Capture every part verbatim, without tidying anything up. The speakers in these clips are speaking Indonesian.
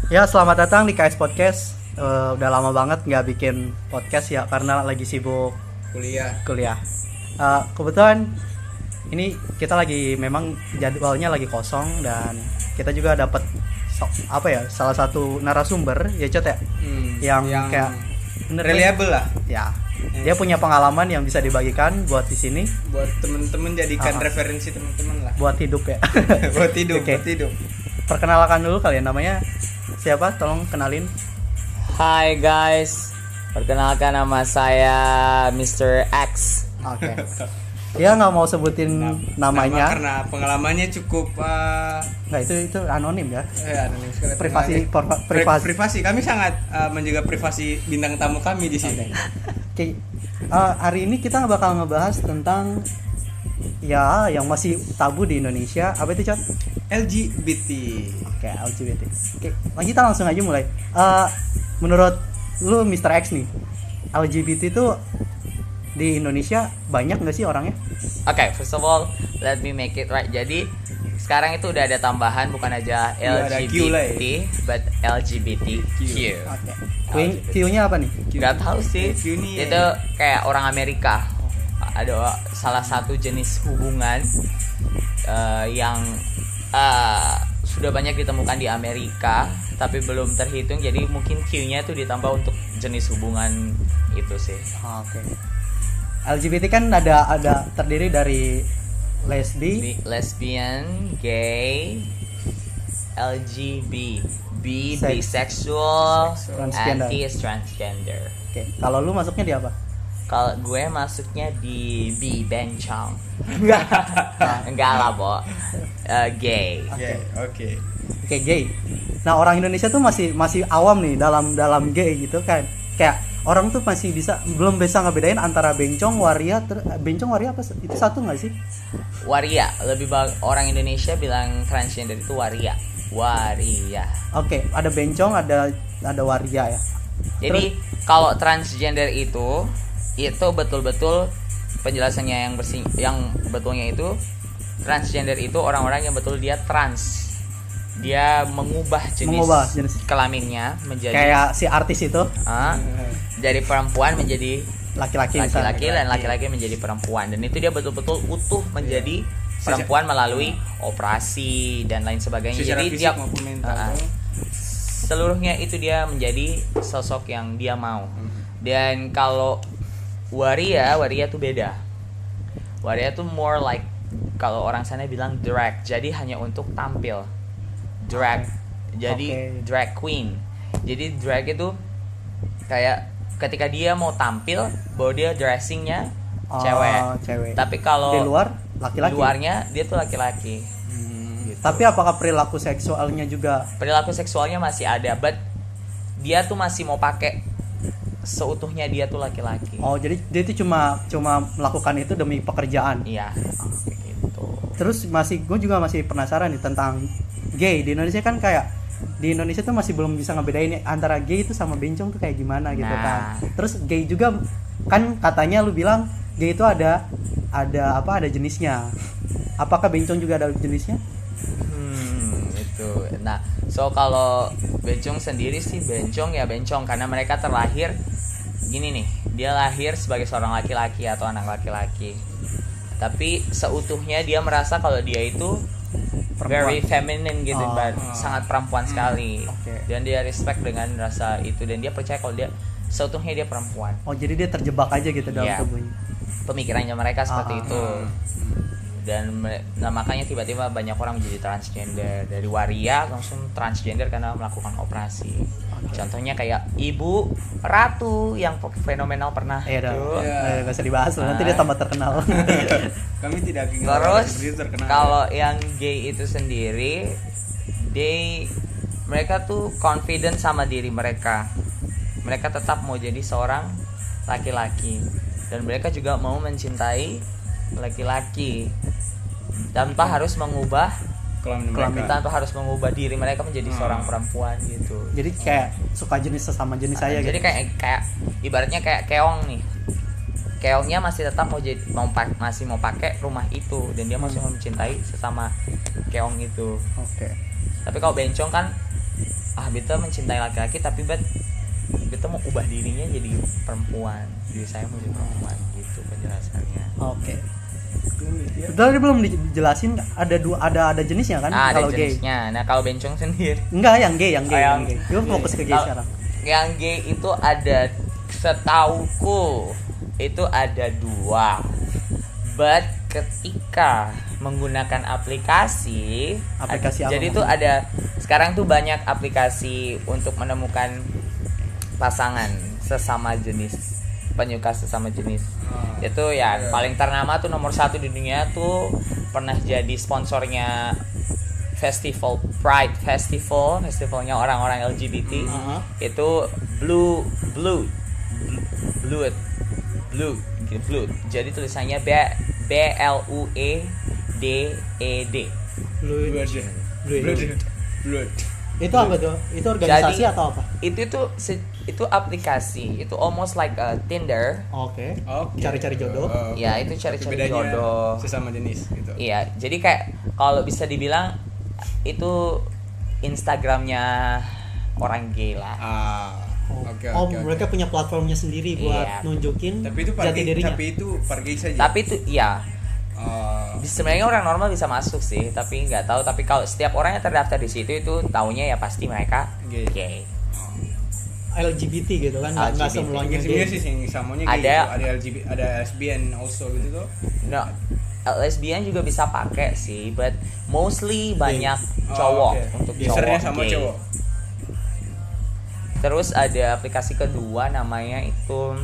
Ya, selamat datang di K S Podcast. Eh, udah lama banget nggak bikin podcast ya karena lagi sibuk Kuliah. kuliah. Eh, kebetulan ini kita lagi memang jadwalnya lagi kosong dan kita juga dapat so- apa ya salah satu narasumber ya Cot ya Hmm, yang, yang kayak bener nih, reliable lah ya dia punya pengalaman yang bisa dibagikan buat di sini buat temen-temen, jadikan Ah. referensi temen-temen lah. buat hidup ya. buat hidup, Oke. buat hidup. Perkenalkan dulu kalian, namanya siapa? Tolong kenalin. Hai guys, perkenalkan nama saya mister X. Oke. Dia nggak mau sebutin namanya. Nama karena pengalamannya cukup uh, Nggak, itu itu anonim ya. eh, anonim sekali. Privasi, Pengalaman- por- Pri- privasi. privasi. Kami sangat uh, menjaga privasi bintang tamu kami di sini. Oke. Eh, hari ini kita bakal ngebahas tentang ya yang masih tabu di Indonesia. Apa itu, Cot? L G B T. Oke, L G B T. Oke, kita langsung aja mulai. Eh, menurut lu mister X nih, L G B T itu di Indonesia banyak nggak sih orangnya? Oke, okay, first of all, let me make it right. Jadi sekarang itu udah ada tambahan, bukan aja Udah ada Q lah L G B T, ya. but L G B T Q. Oke. Q- Q-nya apa nih? Gak tahu sih. Q nih, Itu kayak orang Amerika. Ada salah satu jenis hubungan eh, yang eh, sudah banyak ditemukan di Amerika, tapi belum terhitung. Jadi mungkin Q-nya itu ditambah untuk jenis hubungan itu sih. Oke. L G B T kan ada ada terdiri dari lesbi, Bi- lesbian, gay, L G B, B, Sex. bisexual, Transgender. anti is transgender. Oke. Kalau lu masuknya di apa? Kalau gue masuknya di B, bencong. Enggak. Enggak lah, Bo. Eh, gay. Oke, oke. Oke, gay. Nah, orang Indonesia tuh masih masih awam nih dalam dalam gay gitu kan. Kayak orang tuh masih bisa belum bisa ngebedain antara bencong, waria, ter, bencong, waria apa itu satu nggak sih? Waria, lebih bag- orang Indonesia bilang transgender itu waria. Waria. Oke, ada bencong, ada ada waria ya. Jadi kalau transgender itu itu betul-betul penjelasannya yang bersih, yang betulnya itu transgender itu orang-orang yang betul dia trans. Dia mengubah jenis, Mengubah jenis. kelaminnya menjadi Kayak si artis itu ah, dari perempuan menjadi laki-laki misalnya. laki-laki dan laki-laki menjadi perempuan, dan itu dia betul-betul utuh menjadi perempuan melalui operasi dan lain sebagainya. Secara Jadi fisik tiap maupun mental. ah, seluruhnya itu dia menjadi sosok yang dia mau. Dan kalau waria, waria tuh beda. Waria tuh more like kalau orang sana bilang drag, jadi hanya untuk tampil. Drag, jadi Oke. drag queen. Jadi drag itu kayak ketika dia mau tampil, bahwa dia dressingnya Oh, cewek. cewek. Tapi kalau Di luar laki-laki. di luarnya dia tuh laki-laki. Hmm. Gitu. Tapi apakah perilaku seksualnya juga? Perilaku seksualnya masih ada, but dia tuh masih mau pakai seutuhnya dia tuh laki-laki. Oh, jadi dia itu cuma cuma melakukan itu demi pekerjaan. Iya, gitu. Terus masih gue juga masih penasaran nih tentang gay di Indonesia kan. Kayak di Indonesia tuh masih belum bisa ngebedain antara gay itu sama bencong tuh kayak gimana gitu Nah. kan. Terus gay juga kan katanya lu bilang gay itu ada ada apa ada jenisnya. Apakah bencong juga ada jenisnya? Hmm, itu. Nah, so kalau bencong sendiri sih bencong ya bencong karena mereka terlahir gini nih, dia lahir sebagai seorang laki-laki atau anak laki-laki. Tapi seutuhnya dia merasa kalau dia itu Perempuan. very feminine gitu, Oh. but sangat perempuan sekali. Oke. Dan dia respect dengan rasa itu, dan dia percaya kalau dia seutuhnya dia perempuan. Oh, jadi dia terjebak aja gitu dalam Iya. tubuhnya. Pemikirannya mereka seperti Ah. itu. Dan me- nah, makanya tiba-tiba banyak orang menjadi transgender, dari waria langsung transgender karena melakukan operasi. Contohnya kayak Ibu Ratu yang fenomenal pernah. Eh, udah. Tuh. Iya. Eh, gak usah dibahas lah, nanti Ah. dia tambah terkenal. Kami tidak ingin Terus seperti itu terkenal. kalau yang gay itu sendiri, they mereka tuh confident sama diri mereka. Mereka tetap mau jadi seorang laki-laki, dan mereka juga mau mencintai laki-laki tanpa harus mengubah kelamin Kelamin. mereka. tanpa harus mengubah diri mereka menjadi Hmm. seorang perempuan gitu. Jadi kayak suka jenis sesama jenis saya Jadi gitu. kayak kayak ibaratnya kayak keong nih. Keongnya masih tetap mau jadi mau pak- masih mau pakai rumah itu, dan dia masih mau mencintai sesama keong itu. Oke. Tapi kalau bencong kan ah beta mencintai laki-laki tapi bet beta mau ubah dirinya jadi perempuan, diri saya mau jadi perempuan gitu penjelasannya. Oke. Tadi belum dijelasin ada dua ada ada jenisnya kan Ah, ada kalau gay. jenisnya. Nah kalau bencong sendiri, Enggak, yang gay, yang gay, Oh, yang yang- gay. Gue fokus ke gay Kalau- sekarang. yang gay itu ada, setauku itu ada dua. But ketika menggunakan aplikasi, Aplikasi ad- apa jadi itu ada sekarang tuh banyak aplikasi untuk menemukan pasangan sesama jenis, penyuka sesama jenis. Ah, Itu ya iya. paling ternama tuh nomor satu di dunia tuh pernah jadi sponsornya festival Pride Festival, festivalnya orang-orang L G B T. Uh-huh. Itu Blue Blue Blue Blue Blue. Jadi tulisannya B B L U E D E D. Blood. Blood. Blood. Blood. Blood. Itu apa tuh? Itu organisasi Jadi- atau apa? Itu itu se- itu aplikasi, itu almost like a Tinder. Oke. Oke. Cari-cari jodoh. Oh, oke. Ya, itu cari-cari Tapi bedanya jodoh. sesama jenis gitu. Iya, jadi kayak kalau bisa dibilang itu Instagramnya orang gay lah. Ah. Oh, Oke, oh, oke, oke. mereka punya platformnya sendiri buat Iya. nunjukin Tapi itu jati pargi, dirinya. tapi itu pargi saja. Tapi itu ya Oh. sebenarnya orang normal bisa masuk sih, tapi nggak tahu. Tapi kalau setiap orang yang terdaftar di situ itu taunya ya pasti mereka Gay. gay. L G B T gitu kan, nggak nggak L G B T. semuanya Sebenarnya gay. sih yang samanya Ada- gitu. Ada L G B T, ada lesbian also gitu tuh. No, lesbian juga bisa pakai sih, but mostly banyak Oh, cowok oke. untuk Usernya cowok sama gay. cowok. Terus ada aplikasi kedua namanya itu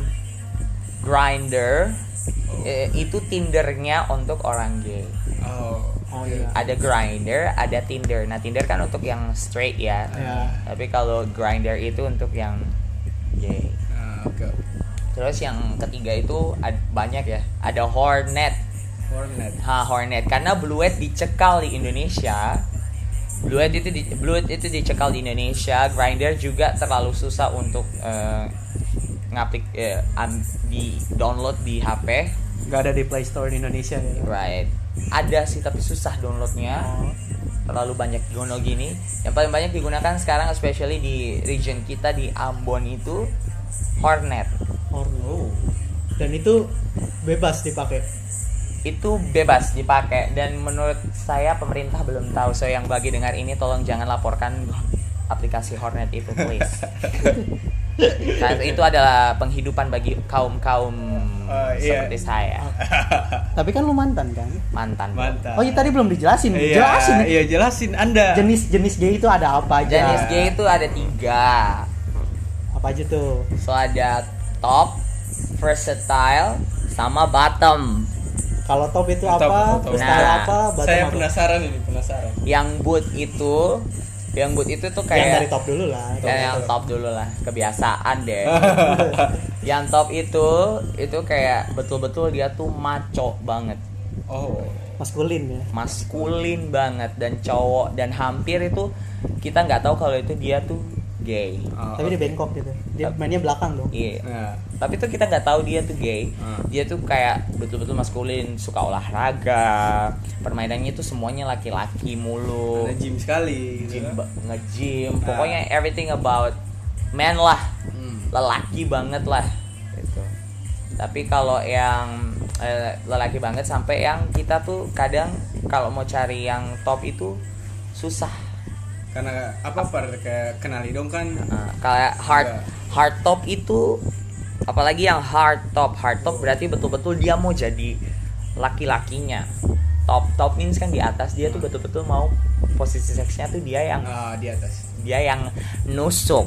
Grindr. Eh, itu Tindernya untuk orang gay. Oh. Oh iya. Ada Grindr, ada Tinder. Nah Tinder kan untuk yang straight ya. Ya. Tapi kalau Grindr itu untuk yang gay. Ah, oke. Terus yang ketiga itu ad- banyak ya. Ada Hornet. Hornet. Ha, Hornet. Karena Bluet dicekal di Indonesia. Bluet itu di, Bluet itu dicekal di Indonesia. Grindr juga terlalu susah untuk eh, ngaplik eh, am- di download di H P. Nggak ada di Play Store di Indonesia ya. Right. Ada sih tapi susah downloadnya. Oh. Terlalu banyak gono gini. Yang paling banyak digunakan sekarang especially di region kita di Ambon itu Hornet. Oh. Dan itu bebas dipakai. Itu bebas dipakai dan menurut saya pemerintah belum tahu. So yang bagi dengar ini tolong jangan laporkan aplikasi Hornet itu please. Karena itu adalah penghidupan bagi kaum-kaum Oh, iya. seperti saya, Tapi kan lu mantan kan? mantan. Mantap. Oh iya tadi belum dijelasin. Iya, Jelasin. Iya, jelasin Anda. Jenis-jenis gay itu ada apa aja? Jenis gay itu ada tiga. Apa aja tuh? So ada top, versatile, sama bottom. Kalau top itu Top, apa? top. Style Nah, apa? Bottom Saya apa? penasaran ini, penasaran. Yang boot itu, yang boot itu tuh Yang kayak dari top dulu lah. Ya, yang top dulu lah, kebiasaan deh. Yang top itu itu kayak betul-betul dia tuh maco banget, Oh. Maskulin ya. maskulin banget dan cowok dan hampir itu kita nggak tahu kalau itu dia tuh gay. Oh, Tapi dia oke. bengkok gitu. Dia mainnya belakang dong. Iya. Nah, Tapi tuh kita nggak tahu dia tuh gay. Hmm. Dia tuh kayak betul-betul maskulin, suka olahraga. Permainannya tuh semuanya laki-laki mulu. ada gym sekali gitu. Gym, ba- nge-gym, Ah. pokoknya everything about man lah. Hmm. Lelaki banget lah gitu. Tapi kalau yang eh, lelaki banget sampai yang kita tuh kadang kalau mau cari yang top itu susah. Karena apa par kayak kenali dong kan. Nah, kayak hard Enggak. hard top itu apalagi yang hard top hard top berarti betul-betul dia mau jadi laki-lakinya. Top top means kan di atas, dia tuh betul-betul mau posisi seksnya tuh dia yang Ah, di atas. dia yang nusuk.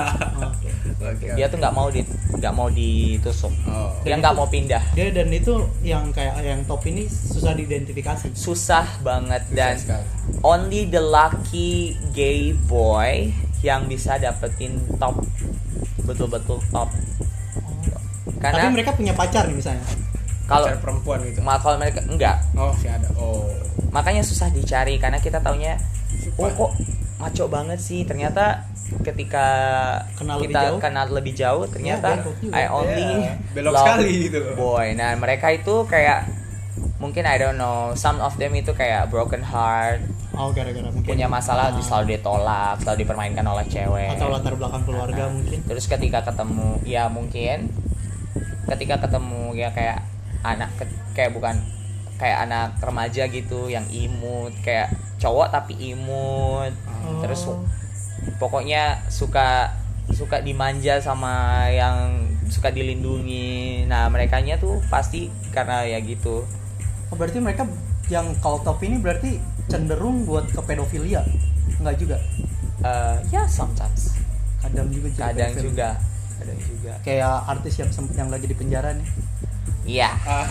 Oke. Dia tuh nggak mau di nggak mau ditusuk. Oh. Dia nggak mau pindah. Dia dan itu yang kayak yang top ini susah diidentifikasi. Susah banget Susah dan sekali. only the lucky gay boy yang bisa dapetin top, betul-betul top. Tapi Karena mereka punya pacar nih misalnya. kalau Pacar perempuan gitu. ma- kalau mereka enggak, Oh, sih ada. Oh. makanya susah dicari karena kita taunya oh kok maco banget sih, ternyata ketika Kenal lebih kita jauh. kenal lebih jauh ternyata Ya, bengkok juga. I only Ya, belok love sekali gitu. boy. Nah mereka itu kayak mungkin I don't know, some of them itu kayak broken heart, Oh, gara-gara mungkin punya masalah ah, selalu ditolak, selalu dipermainkan oleh cewek. atau latar belakang keluarga Nah, mungkin. Terus ketika ketemu, ya mungkin ketika ketemu ya kayak anak ke- kayak bukan kayak anak remaja gitu yang imut, kayak cowok tapi imut. Oh. Terus pokoknya suka suka dimanja sama yang suka dilindungi. Nah, merekanya tuh pasti karena ya gitu. Oh, berarti mereka yang cult top ini berarti cenderung buat ke pedofilia. Enggak juga. Eh, ya sometimes. Kadang juga jadi Kadang pedofil. juga. Kadang juga. Kayak artis yang sem- yang lagi di penjara nih. Iya.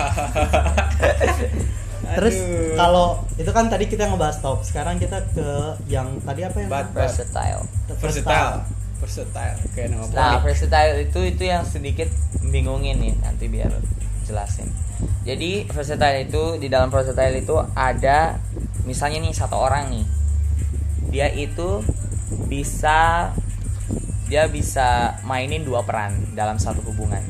Terus Aduh. kalau itu kan tadi kita ngebahas top, sekarang kita ke yang tadi apa yang Bat- Versatile. Versatile. Versatile. Kayak nama Nah, produk. versatile itu itu yang sedikit bingungin nih, nanti biar jelasin. Jadi versatile itu di dalam versatile itu ada misalnya nih satu orang nih. Dia itu bisa dia bisa mainin dua peran dalam satu hubungan.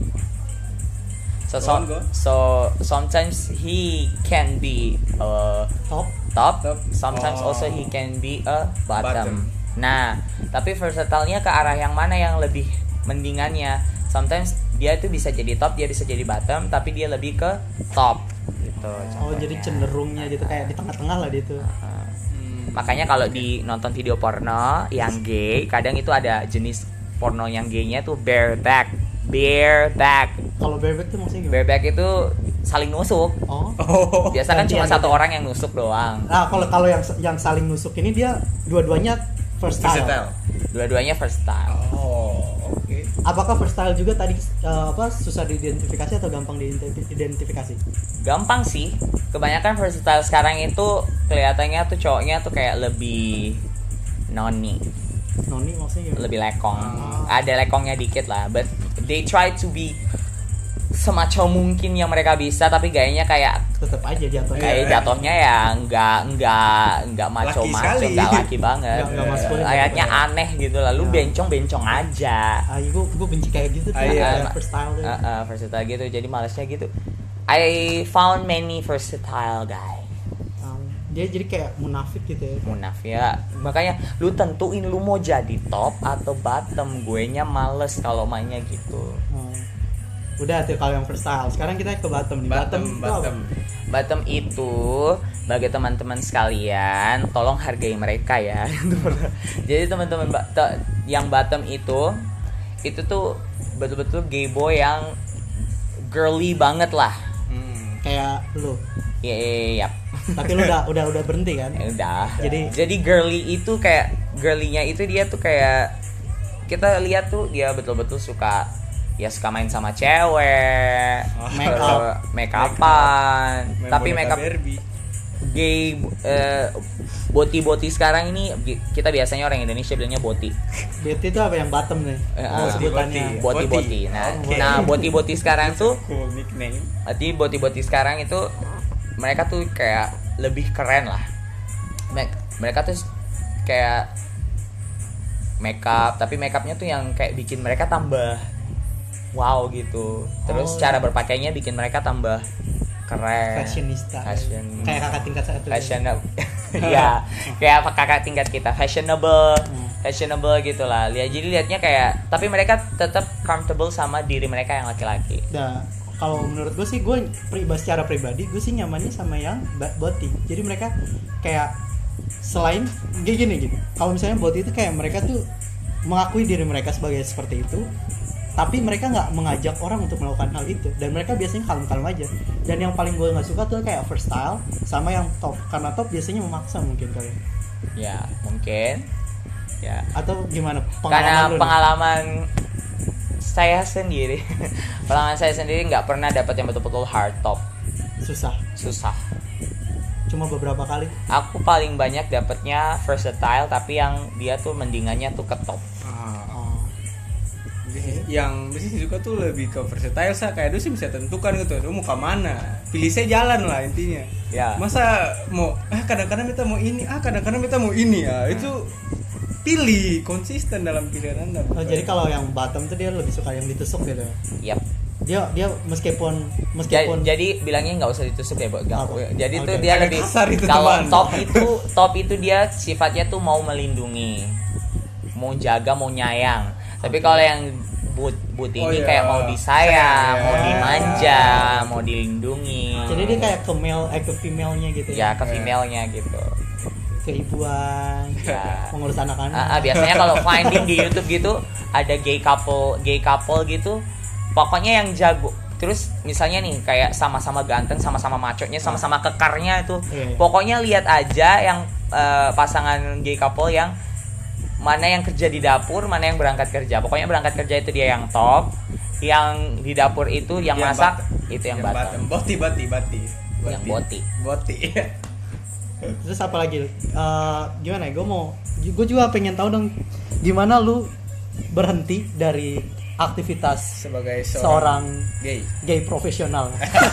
So, so, Go on, go. so sometimes he can be a top. top, Top. sometimes Oh. also he can be a bottom. Bottom. Nah, tapi versatilenya ke arah yang mana yang lebih mendingannya? Sometimes dia itu bisa jadi top, dia bisa jadi bottom, tapi dia lebih ke top gitu. Oh, contohnya. jadi cenderungnya gitu kayak di tengah-tengah lah dia tuh. Uh, Hmm. makanya kalau di nonton video porno yang gay, kadang itu ada jenis porno yang gaynya tuh bareback. Bareback. Kalau bareback tuh maksudnya gimana? Bareback itu saling nusuk. Oh. Oh. Biasa kan gantian, cuma satu gantian. orang yang nusuk doang. Nah, kalau kalau yang yang saling nusuk ini dia dua-duanya first style. Versatile. Dua-duanya versatile. Oh, oke. Apakah first style juga tadi uh, apa susah diidentifikasi atau gampang diidentifikasi? Gampang sih. Kebanyakan versatile sekarang itu kelihatannya tuh cowoknya tuh kayak lebih noni, Noni maksudnya gimana? lebih lekong. Ah. Ada lekongnya dikit lah, but they try to be semacam mungkin yang mereka bisa, tapi gayanya kayak Tetap aja jatuhnya. kayak Iya. jatuhnya ya nggak nggak nggak maco Laki maco, sekali. nggak laki banget. Nggak- nggak maskulin Kayaknya gitu ya. aneh gitu lah. Lu Ya. bencong bencong aja. Ah, gue gue benci kayak gitu tuh. Ah, iya. kayak first style tuh. Uh, uh, versatile gitu, jadi malesnya gitu. I found many versatile guy. Um, dia jadi kayak munafik gitu ya. Munaf ya, makanya lu tentuin lu mau jadi top atau bottom. Gue nya males kalau mainnya gitu. Oh. Udah tuh kalau yang first style. Sekarang kita ke bottom nih. Bottom, itu bottom. apa? Bottom itu bagi teman-teman sekalian, tolong hargai mereka ya. Jadi teman-teman ba- te- yang bottom itu itu tuh betul-betul gay boy yang girly banget lah. Hmm. Kayak lu. Iya, iya, iya. Tapi lu udah udah udah berhenti kan? Ya udah. Jadi- jadi girly itu kayak girlynya itu dia tuh kayak kita lihat tuh dia betul-betul suka ya suka main sama cewek, Make terus up. make upan, Main tapi boneka make up Barbie. gay eh, boti-boti sekarang ini bi- kita biasanya orang Indonesia bilangnya boti. Beauty itu apa yang bottom nih? Eh, Oh, ah. sebutannya. Boti. Boti-boti. Nah, Oke. nah boti-boti sekarang tuh Cool nickname. Jadi boti-boti sekarang itu mereka tuh kayak lebih keren lah. Me- Mereka tuh kayak makeup, tapi makeupnya tuh yang kayak bikin mereka tambah wow gitu. Terus Oh. cara berpakaiannya bikin mereka tambah keren. Fashionista. Fashion. Kayak kakak tingkat satu. Fashionable. Iya, kayak apa kakak tingkat kita, fashionable. Hmm. Fashionable gitu lah. Lihat jadi lihatnya kayak tapi mereka tetap comfortable sama diri mereka yang laki-laki. Nah, kalau menurut gue sih gue pribadi secara pribadi gue sih nyamannya sama yang ba- boti. Jadi mereka kayak selain kayak gini gitu. Kalau misalnya boti itu kayak mereka tuh mengakui diri mereka sebagai seperti itu, tapi mereka nggak mengajak orang untuk melakukan hal itu dan mereka biasanya kalem-kalem aja. Dan yang paling gue nggak suka tuh kayak first style sama yang top, karena top biasanya memaksa mungkin kali. Ya, mungkin. Ya. Atau gimana Karena lu nih? pengalaman saya sendiri, pengalaman saya sendiri nggak pernah dapat yang betul-betul hard top, susah, susah. cuma beberapa kali. Aku paling banyak dapatnya versatile, tapi yang dia tuh mendingannya tuh ke top. Ah. Oh. Yang bisnis juga tuh lebih ke versatile sah kayak itu sih bisa tentukan gitu, lu mau ke mana, pilih saya jalan lah intinya. Ya. Masa mau ah kadang-kadang kita mau ini, ah kadang-kadang kita mau ini ya, itu pilih konsisten dalam pilihan anda. Oh, jadi kalau yang bottom tuh dia lebih suka yang ditusuk gitu. Yap. dia dia meskipun Ja- meskipun jadi bilangnya nggak usah ditusuk ya, Bo. Nggak- Apa? Jadi tuh Oke. dia Agak lebih kasar itu, kalau teman. top itu top itu dia sifatnya tuh mau melindungi, mau jaga, mau nyayang. Tapi kalau yang but but Oh, ini iya. kayak mau disayang, Sayang, mau ya. dimanja, mau dilindungi. jadi dia kayak ke male eh ke female-nya gitu ya ke female-nya gitu. keibuan, Ya. mengurus anak-anak. Ah, ah, biasanya kalau finding di YouTube gitu ada gay couple, gay couple gitu. Pokoknya yang jago. Terus misalnya nih kayak sama-sama ganteng, sama-sama maconya, sama-sama kekarnya itu. Iya, iya. Pokoknya lihat aja yang eh, pasangan gay couple yang mana yang kerja di dapur, mana yang berangkat kerja. Pokoknya berangkat kerja itu dia yang top, yang di dapur itu yang, Yang masak bottom. itu yang, Yang bottom. Boti boti boti. Yang boti. Boti. Terus apa lagi? Eh, gimana ya? Gue mau, gue juga pengen tahu dong, gimana lu berhenti dari aktivitas Sebagai seorang seorang gay. gay profesional.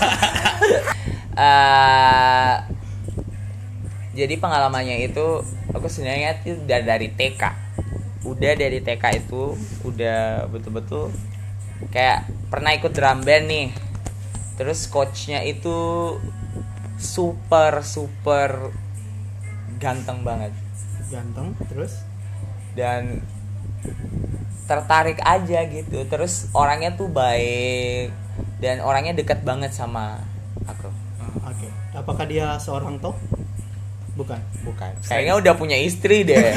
Eh, jadi pengalamannya itu aku sebenarnya itu udah dari T K. Udah dari T K itu udah betul-betul kayak pernah ikut drum band nih. Terus coachnya itu super super ganteng banget Ganteng, terus dan tertarik aja gitu. Terus orangnya tuh baik dan orangnya dekat banget sama aku. oke. Apakah dia seorang top? Bukan. Bukan. Kayaknya udah punya istri deh.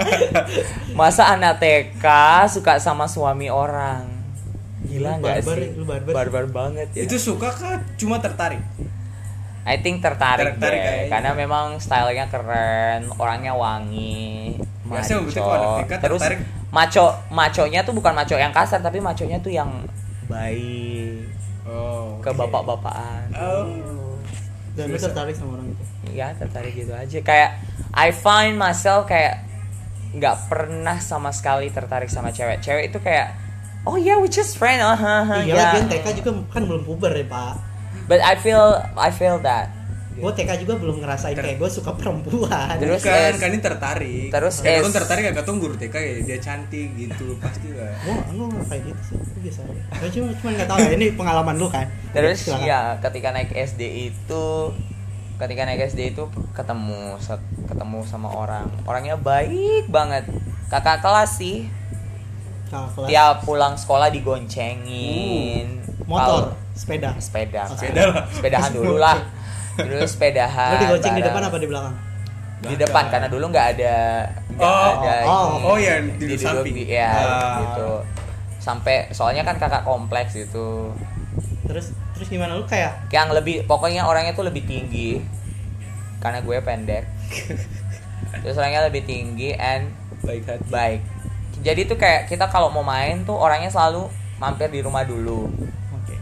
Masa anak T K suka sama suami orang? Gila Lu nggak barbar, sih? lu barbar. Barbar banget ya. Itu suka kah cuma tertarik? I think tertarik, Tertarik deh. kayaknya. Karena memang stylenya keren, orangnya wangi, Biasanya maco. begitu kalau anak T K Terus tertarik. maco, maconya tuh bukan maco yang kasar, tapi maconya tuh yang baik Oh. ke oke. bapak-bapakan. Oh. Dan lu Bisa. tertarik sama orang itu? Ya tertarik gitu aja. Kayak I find myself kayak nggak pernah sama sekali tertarik sama cewek. Cewek itu kayak oh yeah we just friend. Oh, ha, ha, Iya, ya. lagian T K juga kan belum puber ya, Pak. But I feel I feel that. Gue T K juga belum ngerasain kayak gue suka perempuan. Terus Bukan, es- kan ini tertarik. terus ya, es- kan tertarik agak tunggu T K ya, dia cantik gitu pasti lah. Gue gue nggak kayak gitu sih, gue biasa aja. Gue cuma cuma nggak tahu ya, ini pengalaman lu kan. Terus Silakan. ya ketika naik S D itu ketika naik S D itu ketemu set- ketemu sama orang. Orangnya baik banget. Kakak kelas sih. Kakak kelas. Tiap pulang sekolah digoncengin. Motor, Kalau- sepeda. sepeda. Oh, sepeda lah. Sepedahan dulu lah. Terus sepedahan. Lu digonceng di bareng. depan apa di belakang? Di depan karena dulu nggak ada nggak Oh, ada oh, ini. oh, ya, di duduk samping. di- ya Ah. gitu. Sampai soalnya kan kakak kompleks itu. Terus terus gimana lu kayak Yang lebih pokoknya orangnya tuh lebih tinggi karena gue pendek. Terus orangnya lebih tinggi and Baik hati. baik. Jadi tuh kayak kita kalau mau main tuh orangnya selalu mampir di rumah dulu. oke.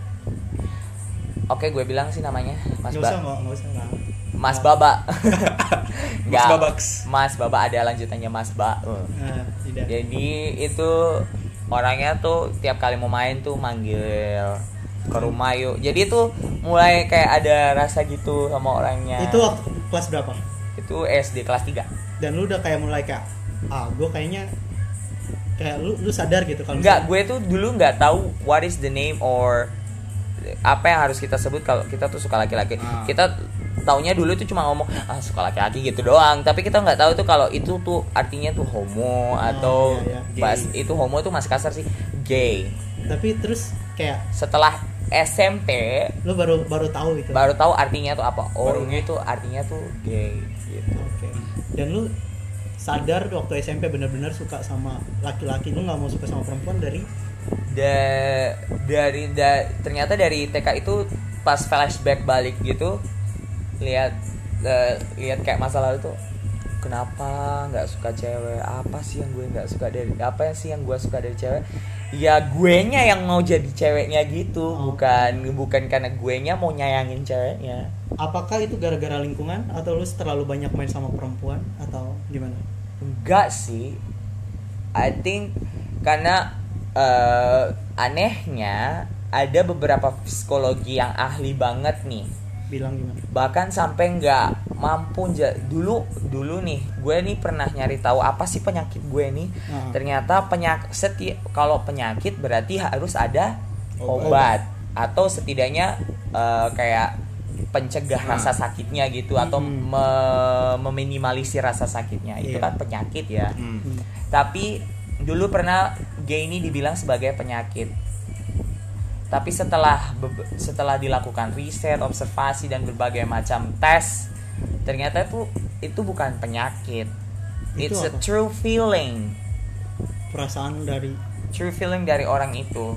Oke, gue bilang sih namanya Mas Nggak usah, Ba. nggak nggak usah lah. Mas Baba. Nggak. Babaks. Mas Baba ada lanjutannya Mas Ba. Nah, tidak. Jadi itu orangnya tuh tiap kali mau main tuh manggil ke rumah yuk. Jadi tuh mulai kayak ada rasa gitu sama orangnya. Itu waktu kelas berapa? Itu S D kelas tiga. Dan lu udah kayak mulai kayak ah gue kayaknya kayak lu lu sadar gitu kalau Enggak, misalnya- gue tuh dulu nggak tahu what is the name or apa yang harus kita sebut kalau kita tuh suka laki-laki. Ah. Kita taunya dulu tuh cuma ngomong ah suka laki-laki gitu doang, tapi kita nggak tahu tuh kalau itu tuh artinya tuh homo atau iya, iya. bahas Gay. itu homo tuh masih kasar sih, gay. tapi terus kayak Setelah S M P lu baru baru tahu itu. baru tahu artinya tuh apa. Oh, Baru ini tuh artinya tuh gay gitu. Oke. Dan lu sadar waktu S M P benar-benar suka sama laki-laki, lu nggak mau suka sama perempuan dari Da- dari da- ternyata dari T K itu pas flashback balik gitu lihat eh, lihat kayak masa lalu tuh kenapa nggak suka cewek, apa sih yang gue nggak suka dari apa sih yang gue suka dari cewek, ya guenya yang mau jadi ceweknya gitu. Oh. bukan bukan karena guenya mau nyayangin ceweknya. apakah itu gara-gara lingkungan atau lu terlalu banyak main sama perempuan atau gimana? Enggak sih, I think karena eh, anehnya ada beberapa psikologi yang ahli banget nih, Bilang gimana? bahkan sampai nggak mampu ja- dulu dulu nih gue nih pernah nyari tahu apa sih penyakit gue nih. Ah. Ternyata penyakit seti- kalau penyakit berarti harus ada Obat. obat. atau setidaknya uh, kayak pencegah Nah. rasa sakitnya gitu atau Hmm. me- meminimalisir rasa sakitnya. Itu Iya. kan penyakit ya. Hmm. Hmm. Tapi dulu pernah gay ini dibilang sebagai penyakit. Tapi setelah be- setelah dilakukan riset, observasi dan berbagai macam tes, ternyata itu itu bukan penyakit. Itu It's a apa? true feeling. Perasaan dari True feeling dari orang itu.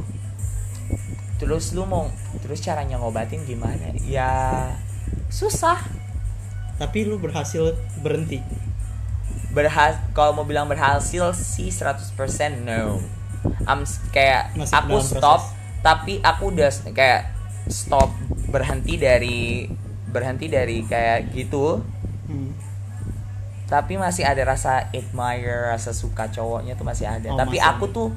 Terus lu mau terus caranya ngobatin gimana? Ya susah. tapi lu berhasil berhenti. Berhas kalau mau bilang berhasil sih seratus persen no. I'm s- kayak Masih aku dalam stop proses. tapi aku udah s- kayak stop berhenti dari berhenti dari kayak gitu. Hmm. Tapi masih ada rasa admire, rasa suka cowoknya tuh masih ada. Oh, Tapi masih. aku tuh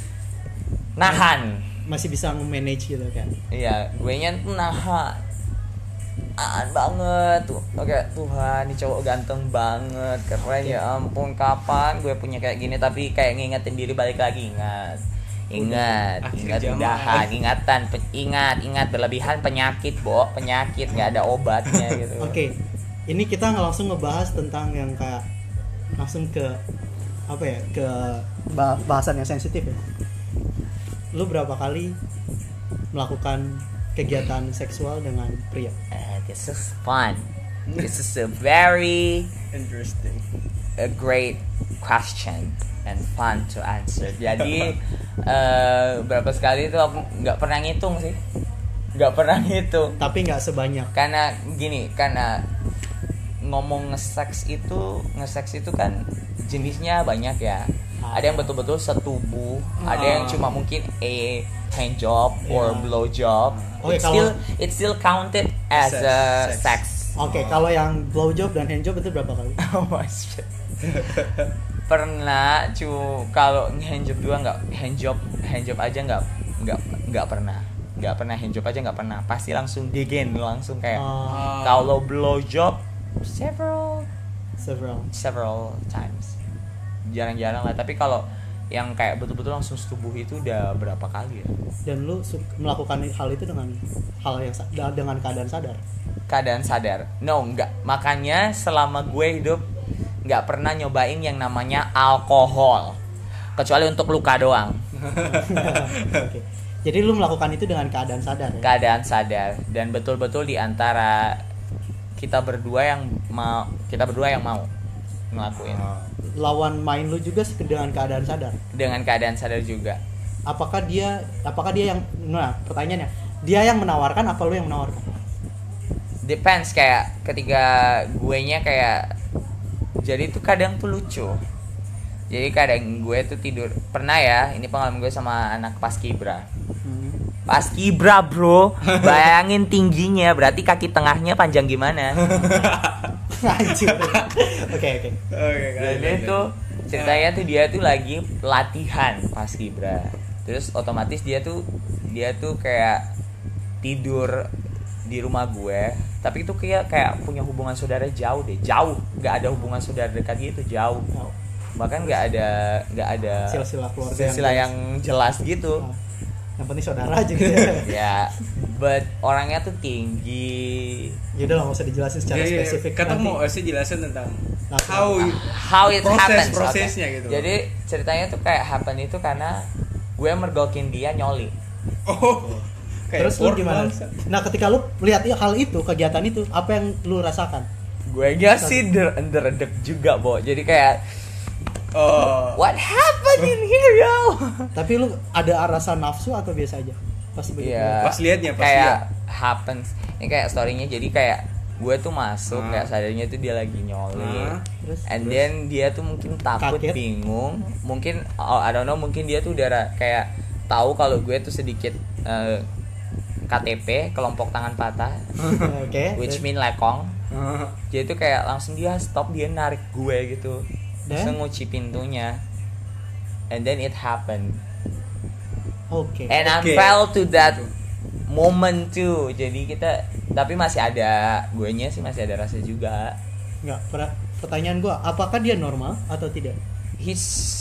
nahan. Masih bisa nge-manage gitu kan. Iya, gue nya tuh nahan. Nahan banget tuh. Oke, Tuhan, ini cowok ganteng banget, keren ya ampun, kapan gue punya kayak gini, tapi kayak ngingetin diri balik lagi, ingat. Ingat, Akhir ingat zaman. udahan, ingatan, pe- ingat, ingat berlebihan penyakit, Bo, penyakit nggak ada obatnya gitu. Oke. Ini kita nggak langsung ngebahas tentang yang kayak langsung ke apa ya, ke bah- bahasan yang sensitif ya. Lu berapa kali melakukan kegiatan seksual dengan pria? Uh, this is fun. This is a very Interesting. a great question and fun to answer. Jadi eh, berapa sekali itu aku nggak pernah ngitung sih, nggak pernah ngitung. Tapi nggak sebanyak. Karena gini, karena ngomong nge-sex itu nge-sex itu kan jenisnya banyak ya. Ada yang betul-betul setubuh, ada yang cuma mungkin a hand job or Yeah. blow job. Oke, It's kalau- still it's still counted as Sex. a Sex. sex. Oke, kalau yang blowjob dan handjob itu berapa kali? Oh my shit. Pernah cu kalau handjob juga nggak handjob handjob aja nggak nggak nggak pernah nggak pernah handjob aja nggak pernah pasti langsung digin langsung kayak Uh, kalau blow job several several. several times jarang-jarang lah tapi kalau yang kayak betul-betul langsung setubuh itu udah berapa kali ya Dan lu su- melakukan hal itu dengan hal yang sa- da- dengan keadaan sadar. keadaan sadar no nggak makanya selama gue hidup nggak pernah nyobain yang namanya alkohol kecuali untuk luka doang. Oke. Jadi lu melakukan itu dengan keadaan sadar ya? Keadaan sadar dan betul-betul di antara kita berdua yang mau kita berdua yang mau ngelakuin Lawan main lu juga dengan keadaan sadar. dengan keadaan sadar juga. Apakah dia apakah dia yang nah, pertanyaannya, dia yang menawarkan apa lu yang menawarkan? Depends kayak ketika gue nya kayak jadi tuh kadang tuh lucu. Jadi kadang gue tuh tidur pernah ya ini pengalaman gue sama anak paskibra. Hmm. Paskibra bro, bayangin tingginya berarti kaki tengahnya panjang gimana? Anjir. Oke, oke. Oke, Jadi itu ceritanya tuh dia tuh lagi latihan paskibra. Terus otomatis dia tuh dia tuh kayak tidur di rumah gue, tapi itu kayak kayak punya hubungan saudara jauh deh, jauh, nggak ada hubungan saudara dekat gitu, jauh. Oh. Bahkan nggak ada nggak ada Silsilah keluarga silsilah yang yang jelas gitu. Oh. Yang penting saudara aja gitu. Ya. Ya, but orangnya tuh tinggi. Ya udah lah, nggak usah dijelasin secara Jadi, spesifik. kata nanti. mau sih jelasin tentang Nah, how How it Proses- happens. Oke. prosesnya gitu. Jadi ceritanya tuh kayak happen itu karena gue mergokin dia nyoli. oh kayak Terus lu porn gimana? bangsa. Nah, ketika lu lihat hal itu, kegiatan itu, apa yang lu rasakan? Gue nya sih der- deredek juga, Bo. Jadi kayak Oh. what happened in here, yo? Tapi lu ada rasa nafsu atau biasa aja? Pasti begitu. Iya. Pas liatnya, pas kayak liat. happens. Ini kayak story-nya jadi kayak gue tuh masuk Hmm. kayak sadarnya tuh dia lagi nyoli. Hmm. Terus And then dia tuh mungkin takut, Kaget. bingung, mungkin oh, I don't know, mungkin dia tuh udah ra- kayak tahu kalau gue tuh sedikit eh, K T P, kelompok tangan patah, oke. which mean lekong. Ah. Jadi tuh kayak langsung dia stop, dia narik gue gitu, terus Dan? ngunci pintunya, and then it happened, Oke. and I Oke. fell to that moment too. Jadi kita, tapi masih ada, gue nya sih masih ada rasa juga. Enggak, per- pertanyaan gua, apakah dia normal atau tidak? He's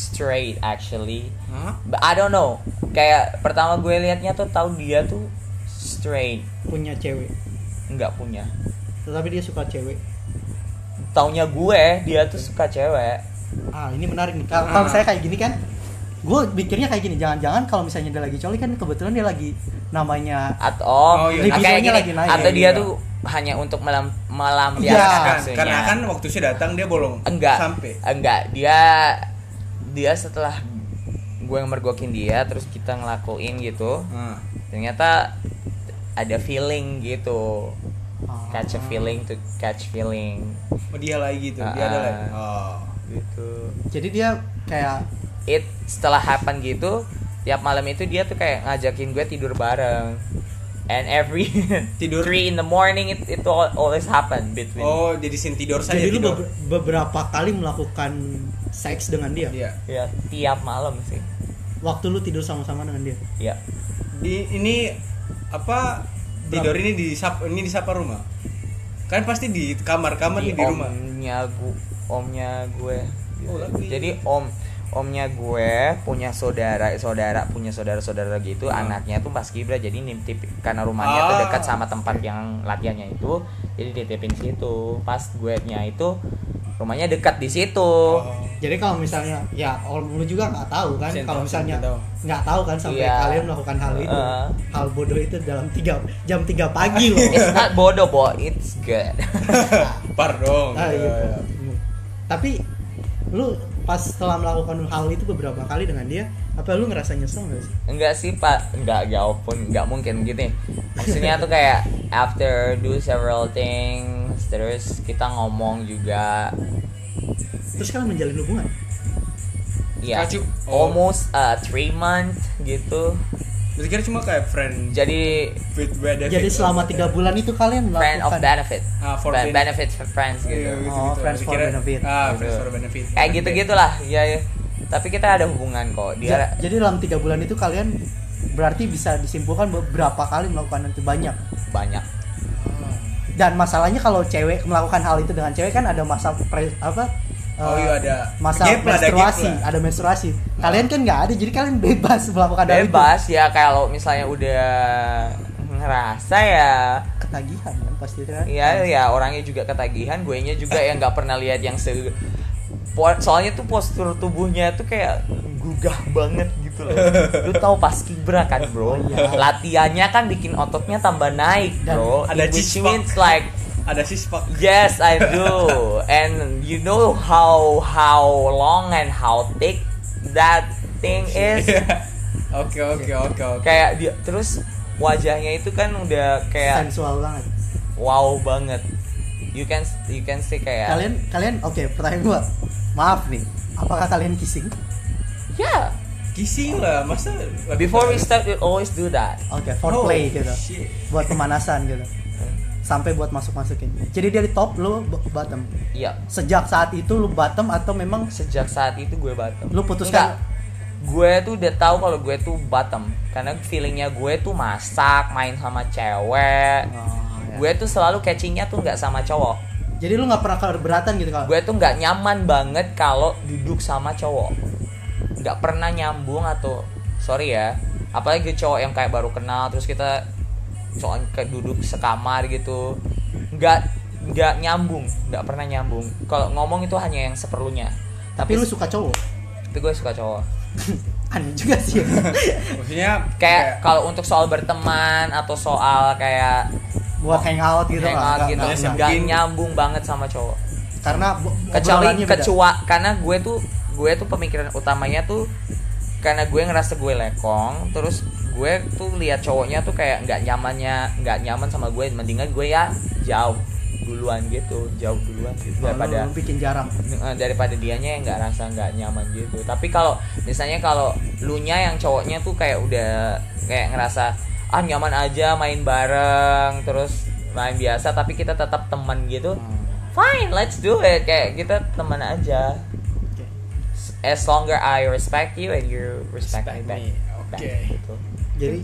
straight actually. Hah? But I don't know. Kayak pertama gue liatnya tuh tahu dia tuh straight, Punya cewek. nggak punya. Tetapi dia suka cewek. Taunya gue dia tuh suka cewek. Ah, ini menarik nih. Kalau kalau saya kayak gini kan, gue pikirnya kayak gini. Jangan-jangan kalau misalnya dia lagi coli kan kebetulan dia lagi namanya Atau Oh, iya. nah, kayak Libidonya gini, lagi naik. atau dia Iya. tuh hanya untuk melam Iya, melampiaskan Kan, nafsunya. karena kan waktu saya datang dia bolong enggak sampai. enggak dia dia setelah gue mergokin dia terus kita ngelakuin gitu, Nah. ternyata ada feeling gitu, Ah. catch a feeling to catch feeling Oh, dia lagi gitu, dia Ah. ada lagi. Oh. gitu. Jadi dia kayak It setelah happen gitu, tiap malam itu dia tuh kayak ngajakin gue tidur bareng, and every Tidur? three in the morning it, it all, always happen between. Oh, jadi sin tidur saja jadi lu tidur. be- beberapa kali melakukan seks dengan dia. Iya. Ya tiap malam sih. Waktu lu tidur sama-sama dengan dia. Ya. Di ini apa tidur ini di sap ini di sapa rumah. Kan pasti di kamar-kamar Di nih di rumah. omnya gu, omnya gue gitu. Oh, lagi. Jadi om omnya gue punya saudara saudara punya saudara saudara gitu, Hmm. anaknya tuh pas kibra, jadi nitip karena rumahnya tuh Ah. dekat sama tempat yang latihannya itu, jadi dititipin situ. Pas gue nya itu rumahnya dekat di situ. Oh. Jadi kalau misalnya ya om lu juga nggak tahu kan Saya kalau tahu, misalnya saya tahu. nggak tahu kan sampai Iya. kalian melakukan hal itu. Uh. Hal bodoh itu dalam tiga jam tiga pagi loh. It's not bodoh, boy. It's good. Pardon. Ah, Iya, gitu. iya. Hmm. Tapi lu pas setelah melakukan hal itu beberapa kali dengan dia, apa lu ngerasa nyesel nggak sih? Enggak sih pak, enggak jauh pun, enggak mungkin gitu. Maksudnya tuh kayak after do several things, terus kita ngomong juga, Terus kalian menjalin hubungan? ya Kacu. Oh. almost uh, three month gitu. Berarti kira cuma kayak friend Jadi with benefit. Jadi selama tiga bulan itu kalian friend of melakukan benefit, Ah, for Be- ben- benefit for friends Iya, gitu. gitu, Oh, gitu. friends for Dikira- benefit. Ah, Gitu. friends for benefit. Kayak gitu gitulah, ya. ya. Tapi kita ada hubungan kok. Ja- Dia Jadi dalam tiga bulan itu kalian berarti bisa disimpulkan beberapa kali melakukan itu banyak. banyak. Dan masalahnya kalau cewek melakukan hal itu dengan cewek kan ada masa pre, apa? Oh eh, iya ada masa gap lah, ada gap menstruasi, lah. ada menstruasi. Kalian kan nggak ada, jadi kalian bebas melakukan hal itu. Bebas ya, kalau misalnya udah ngerasa ya. Ketagihan kan pasti kan. Iya ya, orangnya juga ketagihan, gue nya juga yang nggak pernah lihat yang se po- soalnya tuh postur tubuhnya tuh kayak gugah banget gitu loh. Lu tahu pas kibra kan bro, Iya. latihannya kan bikin ototnya tambah naik bro. ada Which cheese means pump. like Ada sispak. yes I do, and you know how how long and how thick that thing is. Oke oke oke oke. Kayak dia terus wajahnya itu kan udah kayak Sensual banget. wow banget. You can you can see kayak Kalian kalian oke, pertanyaan gua. Maaf nih, apakah kalian kissing? yeah. Kissing lah, masa Before we start, we always do that. Oke, foreplay Oh, gitu. shit. Buat pemanasan gitu. Sampai buat masuk-masukin. Jadi dari top lu b- bottom. Iya. Sejak saat itu lu bottom atau memang Sejak saat itu gue bottom. Lu putuskan- Enggak. Gue tuh udah tahu kalau gue tuh bottom karena feelingnya gue tuh masak, main sama cewek. Oh, ya. Gue tuh selalu catchingnya tuh nggak sama cowok. Jadi lu nggak pernah keberatan gitu kalau Gue tuh nggak nyaman banget kalau duduk sama cowok. Nggak pernah nyambung atau sorry ya. Apalagi cowok yang kayak baru kenal terus kita cowok kayak duduk sekamar gitu, nggak nggak nyambung, nggak pernah nyambung. Kalau ngomong itu hanya yang seperlunya. tapi lu suka cowok. Tapi gue suka cowok. Aneh juga sih. Maksudnya Kayak kalau untuk soal berteman atau soal kayak Buat hangout gitu hangout nggak- gitu, nggak- nggak mungkin. nyambung banget sama cowok. Karena bu- Kecuali obrolannya beda. kecua, karena gue tuh gue tuh pemikiran utamanya tuh karena gue ngerasa gue lekong, terus gue tuh lihat cowoknya tuh kayak nggak nyamannya, nggak nyaman sama gue, mendingan gue ya jauh duluan gitu, jauh duluan gitu Oh, daripada lu, lu bikin jarak. eh, daripada dianya yang nggak rasa nggak nyaman gitu. Tapi kalau misalnya kalau lu nya yang cowoknya tuh kayak udah kayak ngerasa ah nyaman aja main bareng terus main biasa tapi kita tetap teman gitu, fine let's do it, kayak kita teman aja. Oke. As longer I respect you and you respect, Respect me back, me, back, oke. gitu. Jadi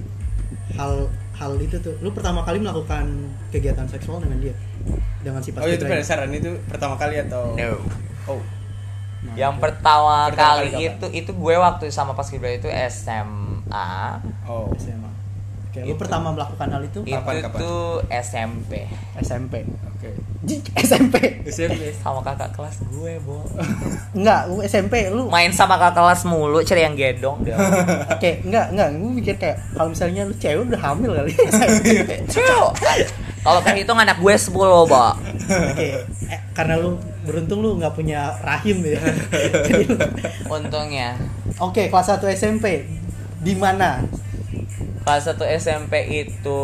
hal hal itu tuh lu pertama kali melakukan kegiatan seksual dengan dia dengan si Oh itu paskibra ini. penasaran itu pertama kali atau No. Oh Nah, Yang itu. pertama, Pertama kali, kali kapan? itu itu gue waktu sama pas kibra itu S M A. Oh. S M A. Oke, lu Itu. pertama melakukan hal itu Itu Kapan, kapan? tuh S M P. S M P. Oke. Jik, S M P. S M P. Sama kakak kelas gue, Bo. Enggak, lu S M P lu. Main sama kakak kelas mulu, cari yang gedong dia. Oke, enggak, enggak. Gue mikir kayak kalau misalnya lu cewek udah hamil kali. S M P. Cuy. Kalau kehitung anak gue sepuluh, Bo. Oke, eh, karena lu beruntung lu nggak punya rahim ya. Jadi lu- Untungnya. Oke, kelas satu S M P di mana? Kelas satu S M P itu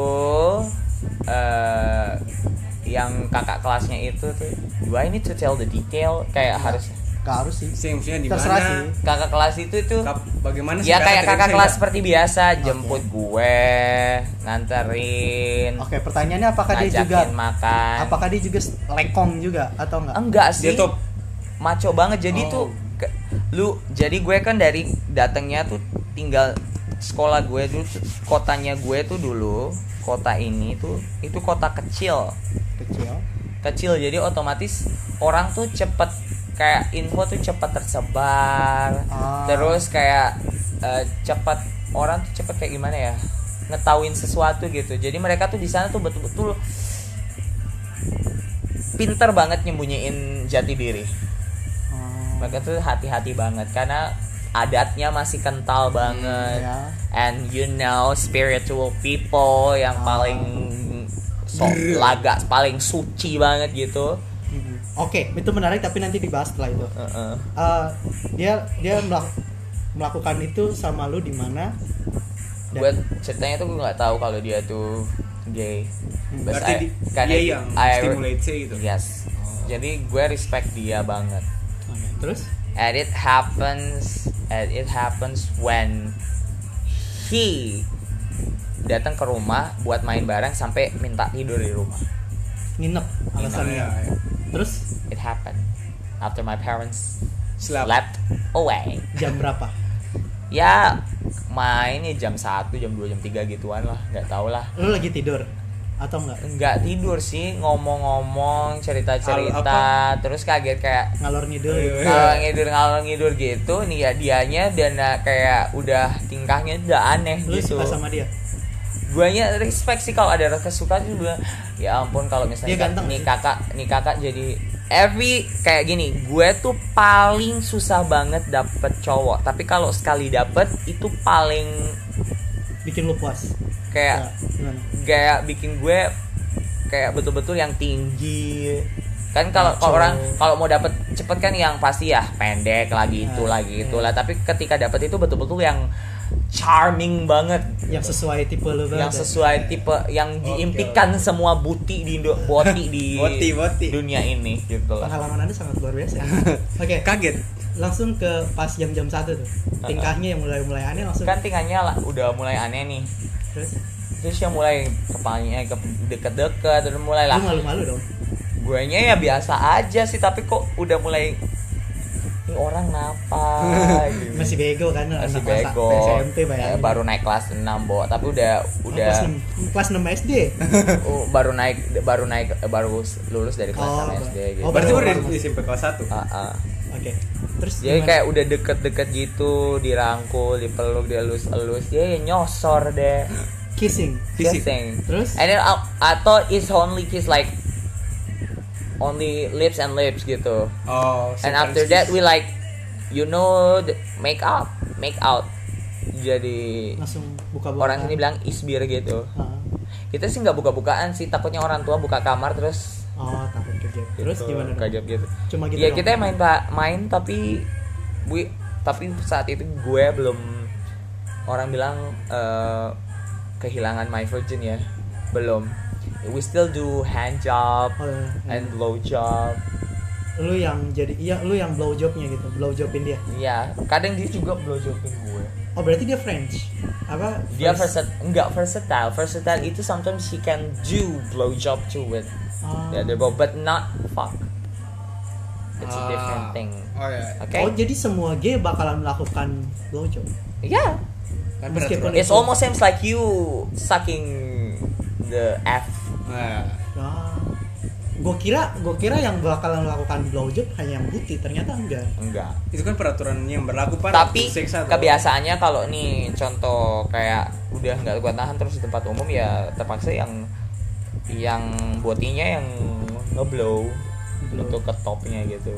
eh yang kakak kelasnya itu tuh, do I need to tell the detail? Kayak harus Gak harus sih. Sih, maksudnya di Terserah mana? sih. kakak kelas itu tuh Kap- Bagaimana sih? ya cara kayak tidak kakak bisa kelas nggak? seperti biasa, jemput gue, nganterin, Oke, pertanyaannya apakah dia ngajakin juga makan. apakah dia juga lekong juga atau enggak? Enggak sih. Dia top. Maco banget. Jadi Oh. tuh ke- lu jadi gue kan dari datangnya tuh tinggal sekolah gue dulu tuh- kotanya gue tuh dulu kota ini tuh itu kota kecil Kecil. kecil jadi otomatis orang tuh cepet kayak info tuh cepet tersebar. Ah. Terus kayak eh, cepet orang tuh cepet kayak gimana ya ngetahuin sesuatu gitu. Jadi mereka tuh di sana tuh betul-betul pinter banget nyembunyiin jati diri. Oh, Mereka tuh hati-hati banget karena adatnya masih kental banget. ya. And you know spiritual people yang Ah. paling so, laga paling suci banget gitu. Mhm. Oke, itu menarik tapi nanti dibahas setelah itu. Uh-uh. Eh, dia dia melak- melakukan itu sama lu di mana? Dan- Gue ceritanya tuh gue nggak tahu kalau dia tuh gay. Hmm. But Berarti I- di- karena dia yang I- stimulate sih gitu. Yes. Jadi gue respect dia banget. Oke, terus? And it happens and it happens when he datang ke rumah buat main bareng sampai minta tidur di rumah. Nginep alasannya. Iya, iya. Terus It happened after my parents Slap. slept away. jam berapa? Ya mainnya jam satu, jam dua, jam tiga gituan lah, nggak tahu lah. Lu lagi tidur atau enggak? Nggak tidur sih, ngomong-ngomong, cerita-cerita, terus kaget kayak Ngalor ngidul. Iya. ngalor ngidur ngalor ngidur gitu. Nih ya dianya dan uh, kayak udah tingkahnya udah aneh Lu gitu. suka sama dia? Guanya respect sih kalau ada rasa suka tuh gue ya ampun kalau misalnya Dia ganteng nih sih. kakak nih kakak jadi every kayak gini gue tuh paling susah banget dapet cowok tapi kalau sekali dapet itu paling Bikin lu puas. kayak Ya, gimana? kayak bikin gue kayak betul-betul yang tinggi kan kalau Maco. kalau orang kalau mau dapet cepet kan yang pasti ya pendek lagi itu Ah, lagi iya. itulah tapi ketika dapet itu betul-betul yang charming banget Yang sesuai tipe lu yang banget. sesuai tipe yang diimpikan semua buti di Indo- boti di Boti, boti. dunia ini gitu lah. Pengalaman Anda sangat luar biasa. Oke, Kaget. langsung ke pas jam-jam satu tuh. Tingkahnya yang mulai-mulai aneh langsung. Kan tingkahnya lah udah mulai aneh nih. Terus Terus yang mulai kepalanya ke deket-deket terus mulai lu lah. malu-malu dong. Guanya ya biasa aja sih tapi kok udah mulai ini orang ngapa gitu. Masih bego kan Masih anak kelas bego. S M P Eh, bayangin. baru naik kelas enam, Bo. Tapi udah Oh, udah kelas enam kelas enam S D. oh, baru naik baru naik baru lulus dari kelas Oh, enam S D gitu. oh, Berarti baru- udah baru- di S M P kelas satu. Ah, ah. Oke. Terus Jadi gimana? kayak udah deket-deket gitu, dirangkul, dipeluk, dielus-elus, dia ya nyosor deh. kissing. Kissing. Kissing. Terus? And then I, I thought it's only kiss like only lips and lips gitu. Oh, And simpan after kiss. that we like you know the- make out, make out. Jadi Langsung buka-buka. orang sini bilang isbir gitu. Ah. Kita sih nggak buka-bukaan sih, takutnya orang tua buka kamar terus Oh, takut kaget. Terus gitu, gimana dong? kaget gitu. Cuma gitu. Ya dong? kita main pak main tapi gue tapi saat itu gue belum orang bilang eh, kehilangan my virgin ya belum. We still do hand job Oh, iya. and blow job. Lu yang jadi iya lu yang blow jobnya gitu, blow jobin dia. Iya, kadang dia juga blow jobin gue. Oh, berarti dia French. Apa? Dia First- versatile, enggak versatile. Versatile itu sometimes he can do blow job too with Oh. the other boy, but not fuck. It's a Ah. different thing. Oh ya. Okay? Oh, jadi semua gay bakalan melakukan blow job. Yeah. Kan Meskipun berat, It's almost seems like you sucking the F. Nah, Ah. gue kira gue kira yang bakalan melakukan blowjob hanya yang putih, ternyata enggak. Enggak. Itu kan peraturan yang berlaku pada Tapi seksa, toh. kebiasaannya kalau nih contoh kayak udah nggak kuat nahan terus di tempat umum ya terpaksa yang yang botinya yang ngeblow Blow. untuk ke topnya gitu.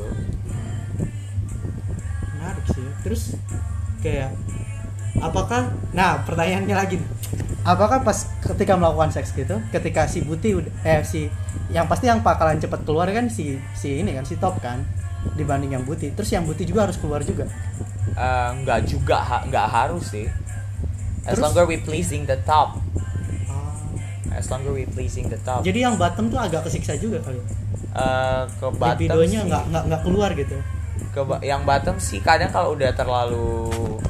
Menarik sih. Terus kayak apakah, nah pertanyaannya lagi nih. Apakah pas ketika melakukan seks gitu, ketika si Buti udah eh si yang pasti yang bakalan cepat keluar kan si si ini kan si top kan dibanding yang Buti. Terus yang Buti juga harus keluar juga. Eh, nggak juga ha- nggak harus sih. As Terus? long as we pleasing the top. Ah. As long as we pleasing the top. Jadi yang bottom tuh agak kesiksa juga kali. Eh, ke bottom Libidonya sih- nggak nggak nggak keluar gitu. ke ba- yang bottom sih kadang kalau udah terlalu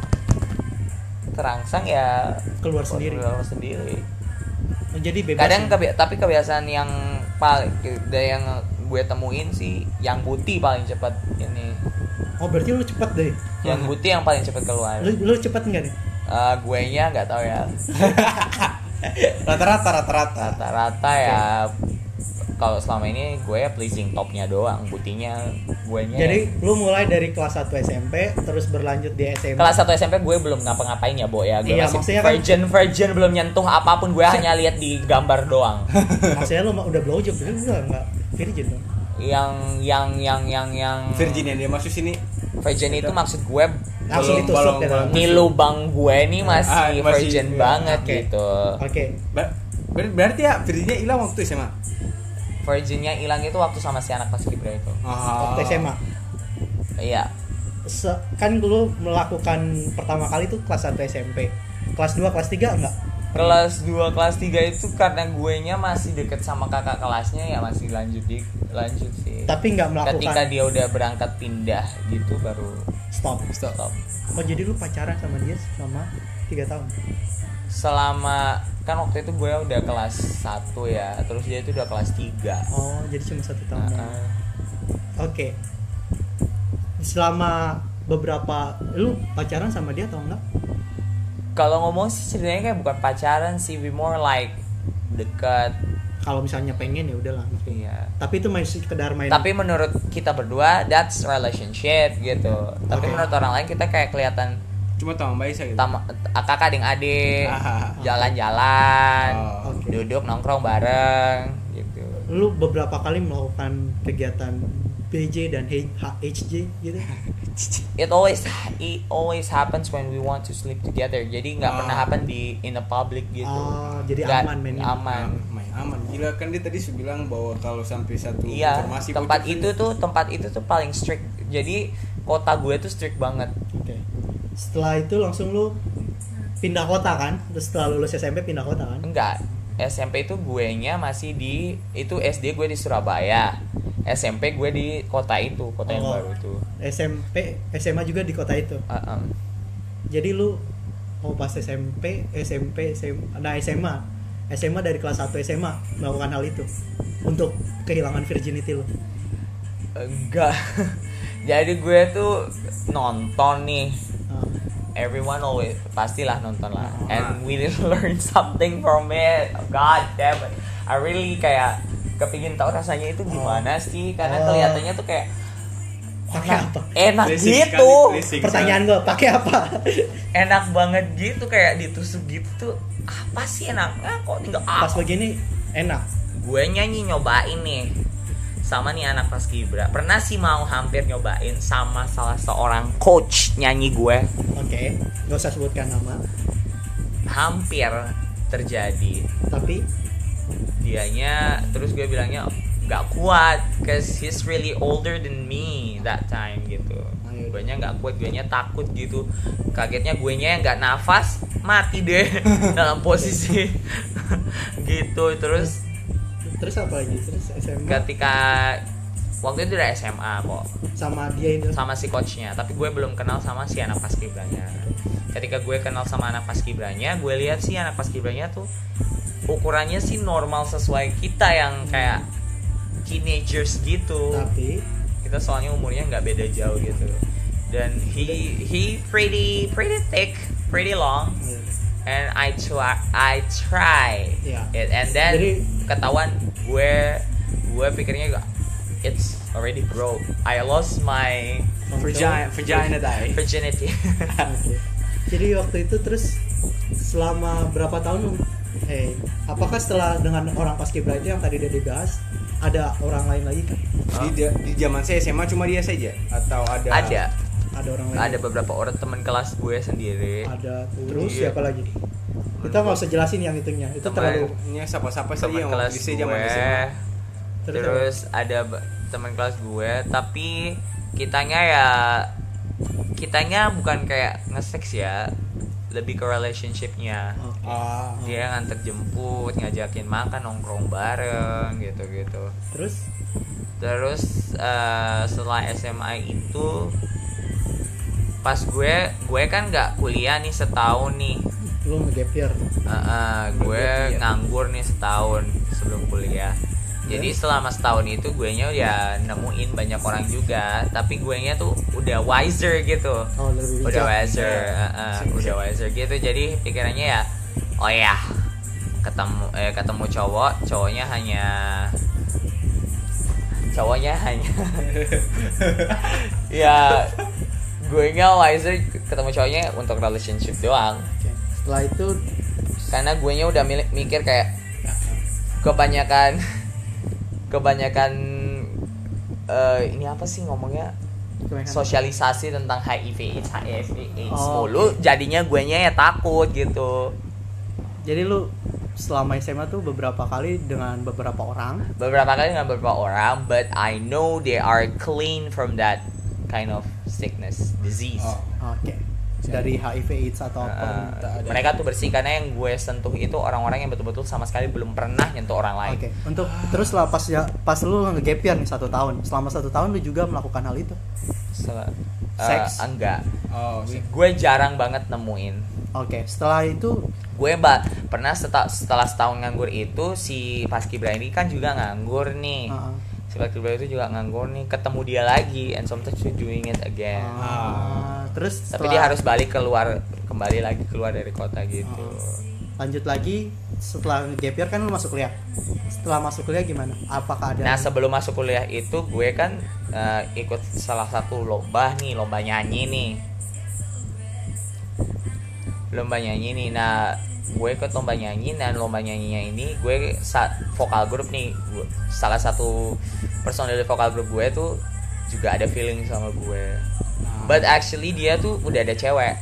terangsang ya Keluar sendiri. keluar sendiri. Jadi bebas. Kadang ya? kebi- tapi kebiasaan yang paling yang gue temuin sih yang putih paling cepat ini. Oh berarti lu cepet deh. Yang putih yang paling cepat keluar. Lu lu cepet nggak nih? Eh, gue nya nggak tahu ya. Rata-rata rata-rata. Rata-rata ya kalau selama ini gue ya pleasing topnya doang, putihnya gue nya. Jadi lu mulai dari kelas satu S M P terus berlanjut di S M A. Kelas satu S M P gue belum ngapa-ngapain ya, Bo ya. Gue Iya, masih maksudnya kan- virgin virgin belum nyentuh apapun, gue hanya lihat di gambar doang. Maksudnya lu udah blowjob, lu udah nggak virgin dong. yang yang yang yang yang Virgin yang dia masuk sini. virgin itu maksud gue Langsung Belum- ditusuk belum- ya. belum. nih lubang gue nih masih, Ah, masih, virgin iya. banget Oke. gitu. Oke. Ber- ber- berarti ya virginnya hilang waktu S M A. Virginnya hilang itu waktu sama si anak pas kibra itu. Ah. Waktu S M A. Iya. Se- kan dulu melakukan pertama kali tuh kelas satu S M P. Kelas dua, kelas tiga enggak? Kelas dua, kelas tiga itu karena gue nya masih deket sama kakak kelasnya ya masih lanjut di lanjut sih. Tapi nggak melakukan. Ketika dia udah berangkat pindah gitu baru Stop. stop. Oh jadi lu pacaran sama dia selama tiga tahun? Selama kan waktu itu gue udah kelas satu ya, terus dia itu udah kelas tiga. Oh jadi cuma satu tahun. Heeh. Oke. Selama beberapa, lu pacaran sama dia atau enggak? Kalau ngomong sih ceritanya kayak bukan pacaran sih, we more like dekat. Kalau misalnya pengen ya udahlah. Iya. Tapi itu masih sekedar main. Tapi menurut kita berdua that's relationship gitu. Tapi Oke. menurut orang lain kita kayak kelihatan Cuma teman baik saya gitu. tam- kakak adik-adik, Ah. jalan-jalan, Oh. Oke. duduk nongkrong bareng gitu. Lu beberapa kali melakukan kegiatan B J dan H J gitu? It always it always happens when we want to sleep together. Jadi nggak Ah. pernah happen di in the public gitu. Oh, jadi Nggak- aman mainnya. Aman. Main aman. Gila kan dia tadi bilang bahwa kalau sampai satu Iya, informasi tempat bocor itu kan- tuh tempat itu tuh paling strict. Jadi kota gue tuh strict banget. Oke. Setelah itu langsung lu pindah kota kan? Terus setelah lulus S M P pindah kota kan? Enggak, S M P itu gue nya masih di itu S D gue di Surabaya, S M P gue di kota itu, kota yang Oh. baru itu. S M P, S M A juga di kota itu. Uh-uh. Jadi lu oh pas S M P, S M P, S M A, nah S M A. S M A dari kelas satu S M A melakukan hal itu untuk kehilangan virginity lu. Enggak. Jadi gue tuh nonton nih. Ah, Everyone always pastilah nonton lah. Oh. And we didn't learn something from it. God damn it. I really kayak kepingin tahu rasanya itu gimana sih, karena Oh. kelihatannya tuh kayak pakai apa? enak Basic gitu. sekali, basic Pertanyaan gua, pakai apa? Enak banget gitu, kayak ditusuk gitu. Apa sih enaknya kok tinggal Pas ah. begini enak. Gue nyanyi nyobain nih sama nih anak paskibra. Pernah sih mau hampir nyobain sama salah seorang coach nyanyi gue. Oke, nggak usah sebutkan nama. Hampir terjadi. Tapi Dianya terus gue bilangnya nggak kuat, cause he's really older than me that time gitu. Ayo. Gue nya nggak kuat, gue nya takut gitu. Kagetnya gue nya yang nggak nafas, mati deh dalam posisi gitu. Terus terus apa lagi? Terus S M A ketika waktu itu udah S M A kok sama dia itu. sama si coachnya, tapi gue belum kenal sama si anak paskibranya. Ketika gue kenal sama anak paskibranya, gue lihat sih anak paskibranya tuh ukurannya sih normal sesuai kita yang kayak teenagers gitu. Tapi Kita soalnya umurnya nggak beda jauh gitu. Dan he he pretty pretty thick, pretty long, and I try I try Iya. it, and then Jadi- ketahuan gue gue pikirnya it's already broke. I lost my Vagina, vagina die. virginity. Oke. Jadi waktu itu terus selama berapa tahun? Eh, apakah setelah dengan orang paskibra itu yang tadi udah dibahas, ada orang lain lagi kan? Di, di zaman saya S M A cuma dia saja atau ada? Ada. Ada orang lain. Ada beberapa orang teman kelas gue sendiri. Ada terus Iya. siapa lagi? Kita nggak usah jelasin yang itunya. Itu Teman- terlalu. Ini siapa-siapa saja Teman yang kelas waktu di zaman gue. S M A. Terus Terus ada ba- teman kelas gue, tapi kitanya ya kitanya bukan kayak nge-sex ya, lebih ke relationship-nya. Oke. Ah. Dia nganter jemput, ngajakin makan, nongkrong bareng gitu-gitu. Terus Terus eh, setelah S M A itu pas gue gue kan nggak kuliah nih setahun nih. lu nge-gap year. Uh, uh, gue nganggur nih setahun sebelum kuliah. Jadi selama setahun itu gue nya ya nemuin banyak orang juga, tapi gue nya tuh udah wiser gitu. Oh, lebih Udah bijak. wiser, uh, uh, udah wiser gitu. Jadi pikirannya ya, oh ya, ketemu eh ketemu cowok, cowoknya hanya cowoknya hanya ya gue nya wiser ketemu cowoknya untuk relationship doang. Oke. Setelah itu Karena gue nya udah milik mikir kayak kebanyakan kebanyakan eh, ini apa sih ngomongnya, kebanyakan- sosialisasi tentang H I V AIDS H I V AIDS Oh, mulu, jadinya gue nya ya takut gitu. Jadi lu selama S M A tuh beberapa kali dengan beberapa orang. Beberapa kali dengan beberapa orang, but I know they are clean from that kind of sickness disease. Oh. Oke. Dari H I V AIDS atau Uh, apa? ada. mereka tuh bersih karena yang gue sentuh itu orang-orang yang betul-betul sama sekali belum pernah nyentuh orang lain. Oke. Untuk terus lah pas ya pas lu nge-gap year nih satu tahun. Selama satu tahun lu juga melakukan hal itu. Sel- uh, Seks? enggak. Oh, sih. Gue jarang banget nemuin. Oke. Setelah itu Gue mbak pernah seta- setelah setahun nganggur itu si Paskibra ini kan juga nganggur nih. uh, Si Paskibra itu juga nganggur nih, ketemu dia lagi and sometimes we're doing it again. uh, terus Tapi setelah- dia harus balik keluar, kembali lagi keluar dari kota gitu. lanjut lagi setelah gap year kan lu masuk kuliah. Setelah masuk kuliah gimana? Apakah ada Nah sebelum masuk kuliah itu gue kan eh, ikut salah satu lomba nih, lomba nyanyi nih. Lomba nyanyi nih. Nah gue ikut lomba nyanyi, dan lomba nyanyinya ini gue sa- vokal grup nih. Gue- salah satu personil dari vokal grup gue tuh juga ada feeling sama gue. But actually dia tuh udah ada cewek.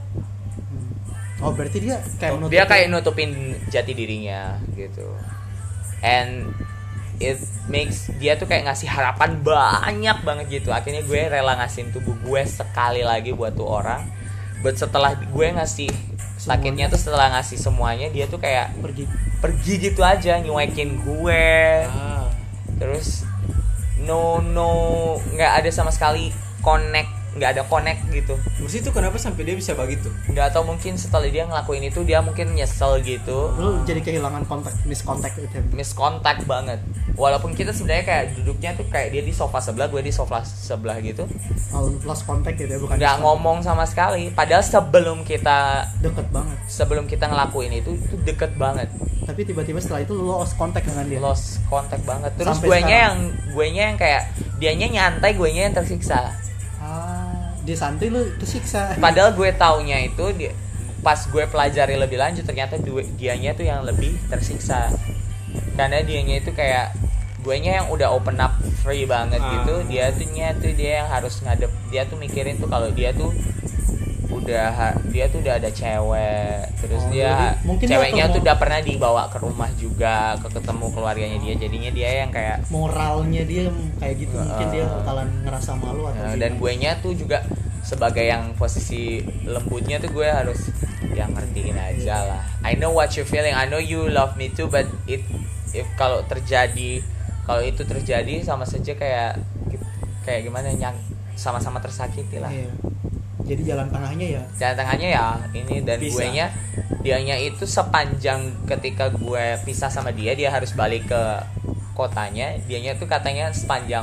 Oh, berarti dia kayak menutup Dia kayak nutupin jati dirinya gitu. And it makes dia tuh kayak ngasih harapan banyak banget gitu. Akhirnya gue rela ngasihin tubuh gue sekali lagi buat tuh orang. But setelah gue ngasih sakitnya tuh, setelah ngasih semuanya, dia tuh kayak pergi. pergi gitu aja, nyuekin gue. Ah. Terus no no nggak ada sama sekali connect, nggak ada connect gitu. Terus itu kenapa sampai dia bisa begitu? Nggak tahu, mungkin setelah dia ngelakuin itu dia mungkin nyesel gitu. Lu jadi kehilangan kontak, miskontak itu. Miskontak banget. Walaupun kita sebenarnya kayak duduknya tuh kayak dia di sofa sebelah, gue di sofa sebelah gitu. Oh, lost contact gitu ya, bukan Nggak miskontak. ngomong sama sekali. Padahal sebelum kita Deket banget. sebelum kita ngelakuin itu itu deket banget. Tapi tiba-tiba setelah itu lu lost contact dengan dia. Lost contact banget. Terus Sampai gue nya sekarang. yang gue nya yang kayak dianya nyantai, gue nya yang tersiksa. Ah, dia santai lu tersiksa. Padahal gue taunya itu dia, pas gue pelajari lebih lanjut ternyata du- dianya tuh yang lebih tersiksa. Karena dianya itu kayak gue nya yang udah open up free banget Ah. gitu, dia tuh nya tuh dia yang harus ngadep, dia tuh mikirin tuh kalau dia tuh udah ha- dia tuh udah ada cewek, terus Oh, dia jadi mungkin dia ceweknya ketemu- tuh udah pernah dibawa ke rumah juga, ke ketemu keluarganya dia, jadinya dia yang kayak Moralnya dia kayak gitu, mungkin dia Uh, bakalan ngerasa malu atau Nah, gimana. dan gue nya tuh juga sebagai yang posisi lembutnya tuh gue harus ya ngertiin aja lah. I know what you feeling, I know you love me too, but it if kalau terjadi kalau itu terjadi sama saja kayak kayak gimana, yang sama-sama tersakiti lah. Iya. Jadi jalan tengahnya ya Jalan tengahnya ya ini, dan Bisa. gue nya dianya itu sepanjang ketika gue pisah sama dia, dia harus balik ke kotanya, dianya tuh katanya sepanjang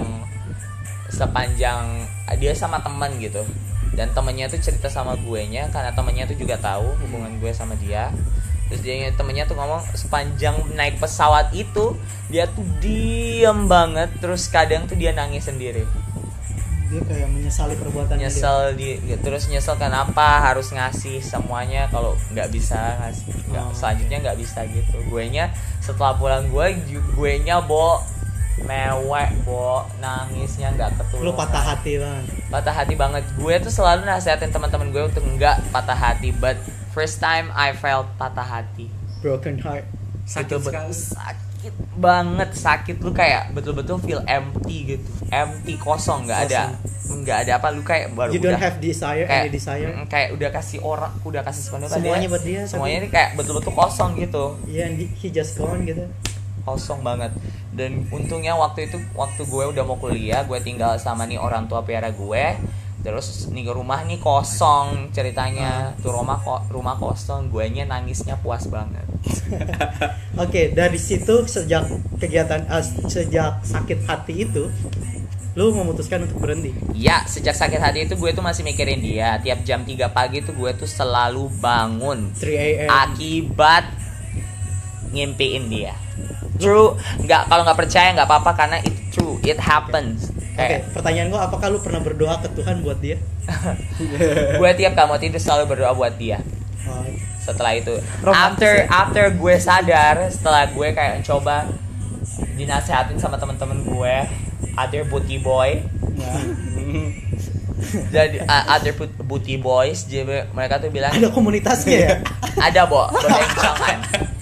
sepanjang dia sama teman gitu, dan temennya tuh cerita sama gue nya karena temennya tuh juga tahu hubungan gue sama dia. Terus dia temennya tuh ngomong sepanjang naik pesawat itu dia tuh diem banget, terus kadang tuh dia nangis sendiri. Dia kayak menyesali perbuatannya. Nyesel di terus nyesel kenapa harus ngasih semuanya kalau nggak bisa ngasih, nggak, Oh. selanjutnya nggak bisa gitu. Gue nya setelah pulang gue gue nya bo mewek bo nangisnya nggak ketulungan. Lu patah hati banget. Patah hati banget. Gue tuh selalu nasihatin teman-teman gue untuk nggak patah hati, but first time I felt patah hati. Broken heart. Sakit Betul-betul sekali. sakit banget, sakit lu kayak betul-betul feel empty gitu, empty kosong, nggak ada nggak ada apa, lu kayak baru You don't udah have desire, kayak any desire. mm, kayak udah kasih orang, udah kasih sepenuhnya ke Semuanya buat dia, semuanya tapi- ini kayak betul-betul kosong gitu, Iya, yeah, he just gone gitu. kosong banget. Dan untungnya waktu itu waktu gue udah mau kuliah, gue tinggal sama nih orang tua piara gue. Terus nih rumah nih kosong ceritanya, tuh rumah ko- rumah kosong, gue nya nangisnya puas banget. Oke, dari situ sejak kegiatan uh, sejak sakit hati itu, lu memutuskan untuk berhenti. Ya, sejak sakit hati itu gue tuh masih mikirin dia. Tiap jam tiga pagi tuh gue tuh selalu bangun three a.m. akibat ngimpiin dia. True, nggak, kalau nggak percaya nggak apa-apa karena itu true, it happens. Oke, Kayak pertanyaan gua, apakah lu pernah berdoa ke Tuhan buat dia? gue tiap gak mau tidur selalu berdoa buat dia. Oh, Setelah itu, Romantis after ya? after gue sadar, setelah gue kayak coba dinasehatin sama teman-teman gue, other booty boy, ya. jadi uh, other put- booty boys, jadi mereka tuh bilang Ada komunitasnya ya. ada bo, jangan.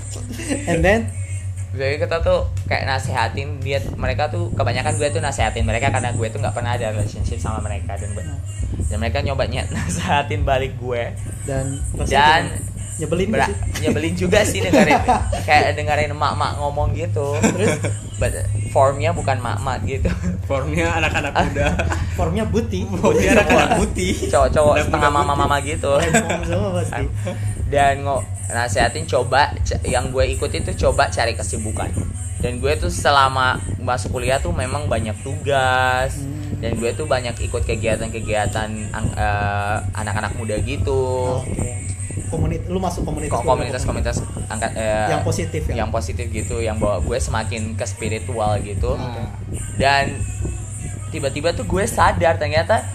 And then, Jadi kita tuh kayak nasehatin dia, mereka tuh kebanyakan gue tuh nasehatin mereka karena gue tuh nggak pernah ada relationship sama mereka, dan gue, dan mereka nyoba ny- nasehatin balik gue, dan dan rasanya nyebelin gak ber- sih? nyebelin juga sih dengerin kayak dengerin emak-emak ngomong gitu, terus but formnya bukan mak-mak gitu, Formnya anak-anak muda. Formnya buti. Formnya anak-anak putih. cowok-cowok Anak setengah muda mama-mama gitu. Rempong semua pasti. Dan ngo nasehatin coba c- yang gue ikut itu coba cari kesibukan. Dan gue tuh selama masuk kuliah tuh memang banyak tugas, Hmm. dan gue tuh banyak ikut kegiatan-kegiatan ang- eh, anak-anak muda gitu. Oke. Komunitas, lu masuk komunitas. Ko- komunitas-komunitas angkat eh, Yang positif ya? yang positif gitu, yang bawa gue semakin ke spiritual gitu. Nah, Dan tiba-tiba tuh gue sadar ternyata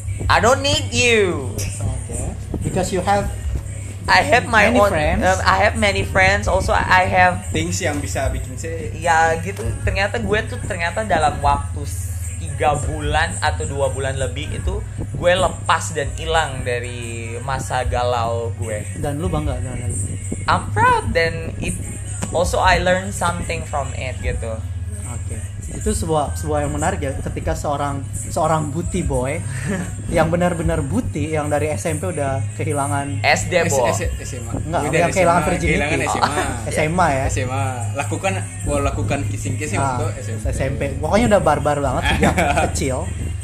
I don't need you. Oke. Because you have I have my Many own friends. um, I have many friends, also I have things yang bisa bikin saya ya gitu. Ternyata gue tuh ternyata dalam waktu tiga bulan atau dua bulan lebih itu gue lepas dan hilang dari masa galau gue. dan lu bangga dengan hal itu. I'm proud, dan it also I learned something from it gitu. Oke. Itu sebuah sebuah yang menarik ya, ketika seorang seorang booty boy yang benar-benar booty, yang dari S M P udah kehilangan S D bo. S- S- S M A. Enggak, Udah yang kehilangan S M A, virginity. kehilangan S M A. S M A ya. S M A. Lakukan oh, lakukan kissing kissing Nah, waktu S M P. S M P. Pokoknya udah barbar banget sejak kecil,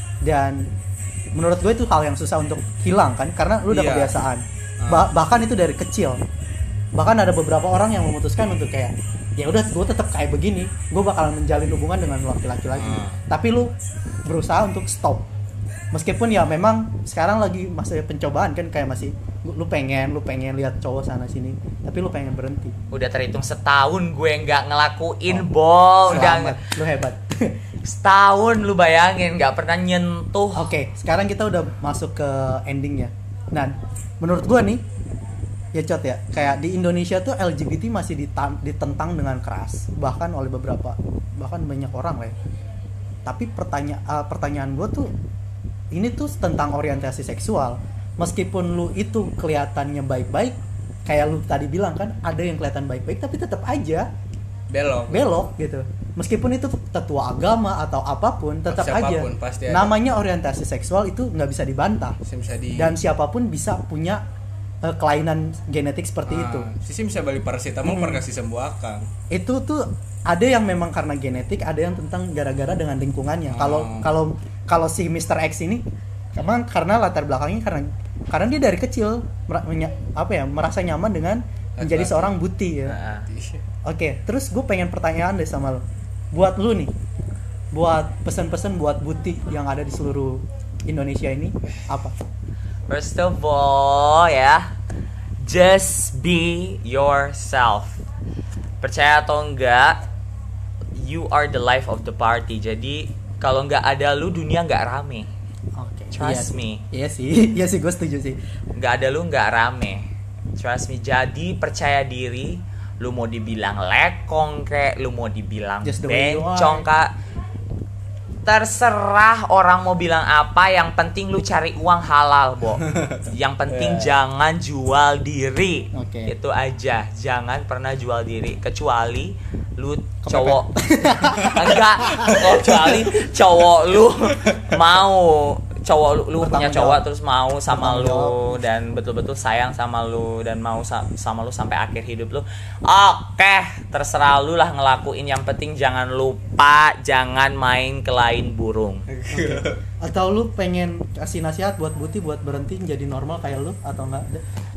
dan menurut gue itu hal yang susah untuk hilang kan, karena lu udah Iya. kebiasaan. Ba- bahkan itu dari kecil. Bahkan ada beberapa orang yang memutuskan untuk kayak, ya udah gue tetap kayak begini, gue bakalan menjalin hubungan dengan laki-laki lagi. Hmm. Tapi lu berusaha untuk stop. Meskipun ya memang sekarang lagi masa pencobaan kan, kayak masih lu pengen lu pengen lihat cowok sana sini, tapi lu pengen berhenti. Udah terhitung setahun gue nggak ngelakuin Oh, bo, Selamat, udah lu hebat. setahun lu bayangin nggak pernah nyentuh. Oke, sekarang kita udah masuk ke endingnya. Nah, menurut gua nih, ya Cot ya, kayak di Indonesia tuh L G B T masih ditan- ditentang dengan keras, bahkan oleh beberapa, bahkan banyak orang lah ya. Tapi pertanya- uh, pertanyaan gua tuh, ini tuh tentang orientasi seksual. Meskipun lu itu kelihatannya baik-baik, kayak lu tadi bilang kan, ada yang kelihatan baik-baik, tapi tetap aja Belok. belok gitu. Meskipun itu tetua agama atau apapun, tetap aja Siapapun pasti ada. namanya orientasi seksual itu nggak bisa dibantah, Bisa bisa di dan siapapun bisa punya eh, kelainan genetik seperti itu. Ah, Sisi bisa beli paracetamol Hmm. per kasih sembuh akang. Itu tuh ada yang memang karena genetik, ada yang tentang gara-gara dengan lingkungannya. Kalau Oh. kalau kalau si mister X ini emang karena latar belakangnya karena karena dia dari kecil mer- menya- apa ya merasa nyaman dengan menjadi Laki-laki. seorang buti ya. Nah, Oke, terus gue pengen pertanyaan deh sama lo. Buat lu nih, buat pesan-pesan buat buti yang ada di seluruh Indonesia ini apa? first of all ya, just be yourself. Percaya atau enggak, you are the life of the party. Jadi kalau nggak ada lu, dunia nggak rame. Oke. Trust Iya me. sih. Iya sih, iya sih gue setuju sih. Nggak ada lu nggak rame. Trust me. Jadi percaya diri. Lu mau dibilang lekong kek, lu mau dibilang Just the way you are. bencong kak, terserah orang mau bilang apa. Yang penting lu cari uang halal, Bo. Yang penting Yeah. jangan jual diri. Oke. Itu aja. Jangan pernah jual diri, kecuali lu Kepepet. cowok. Enggak, oh, kecuali cowok lu mau cowok lu, lu punya Bertanggung cowok jawab. terus mau sama Bertanggung lu dan betul-betul sayang sama lu dan mau sa- sama lu sampai akhir hidup lu. Oke, terserah lu lah ngelakuin. Yang penting jangan lupa jangan main ke lain burung. Atau lu pengen kasih nasihat buat Buti buat berhenti jadi normal kayak lu atau enggak?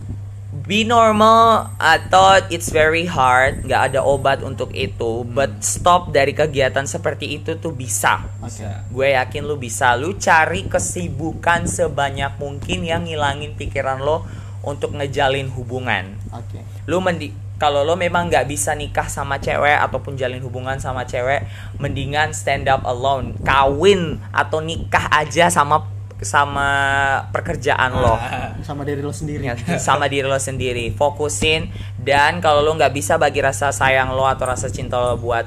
Be normal. I thought it's very hard. Gak ada obat untuk itu. But stop dari kegiatan seperti itu tuh bisa. Oke. Gue yakin lu bisa. Lu cari kesibukan sebanyak mungkin yang ngilangin pikiran lo untuk ngejalin hubungan. Oke. Lu mendi kalau lo memang nggak bisa nikah sama cewek ataupun jalin hubungan sama cewek, mendingan stand up alone. Kawin atau nikah aja sama sama pekerjaan lo. Sama diri lo sendiri. Ya, sama diri lo sendiri, fokusin. Dan kalau lo nggak bisa bagi rasa sayang lo atau rasa cinta lo buat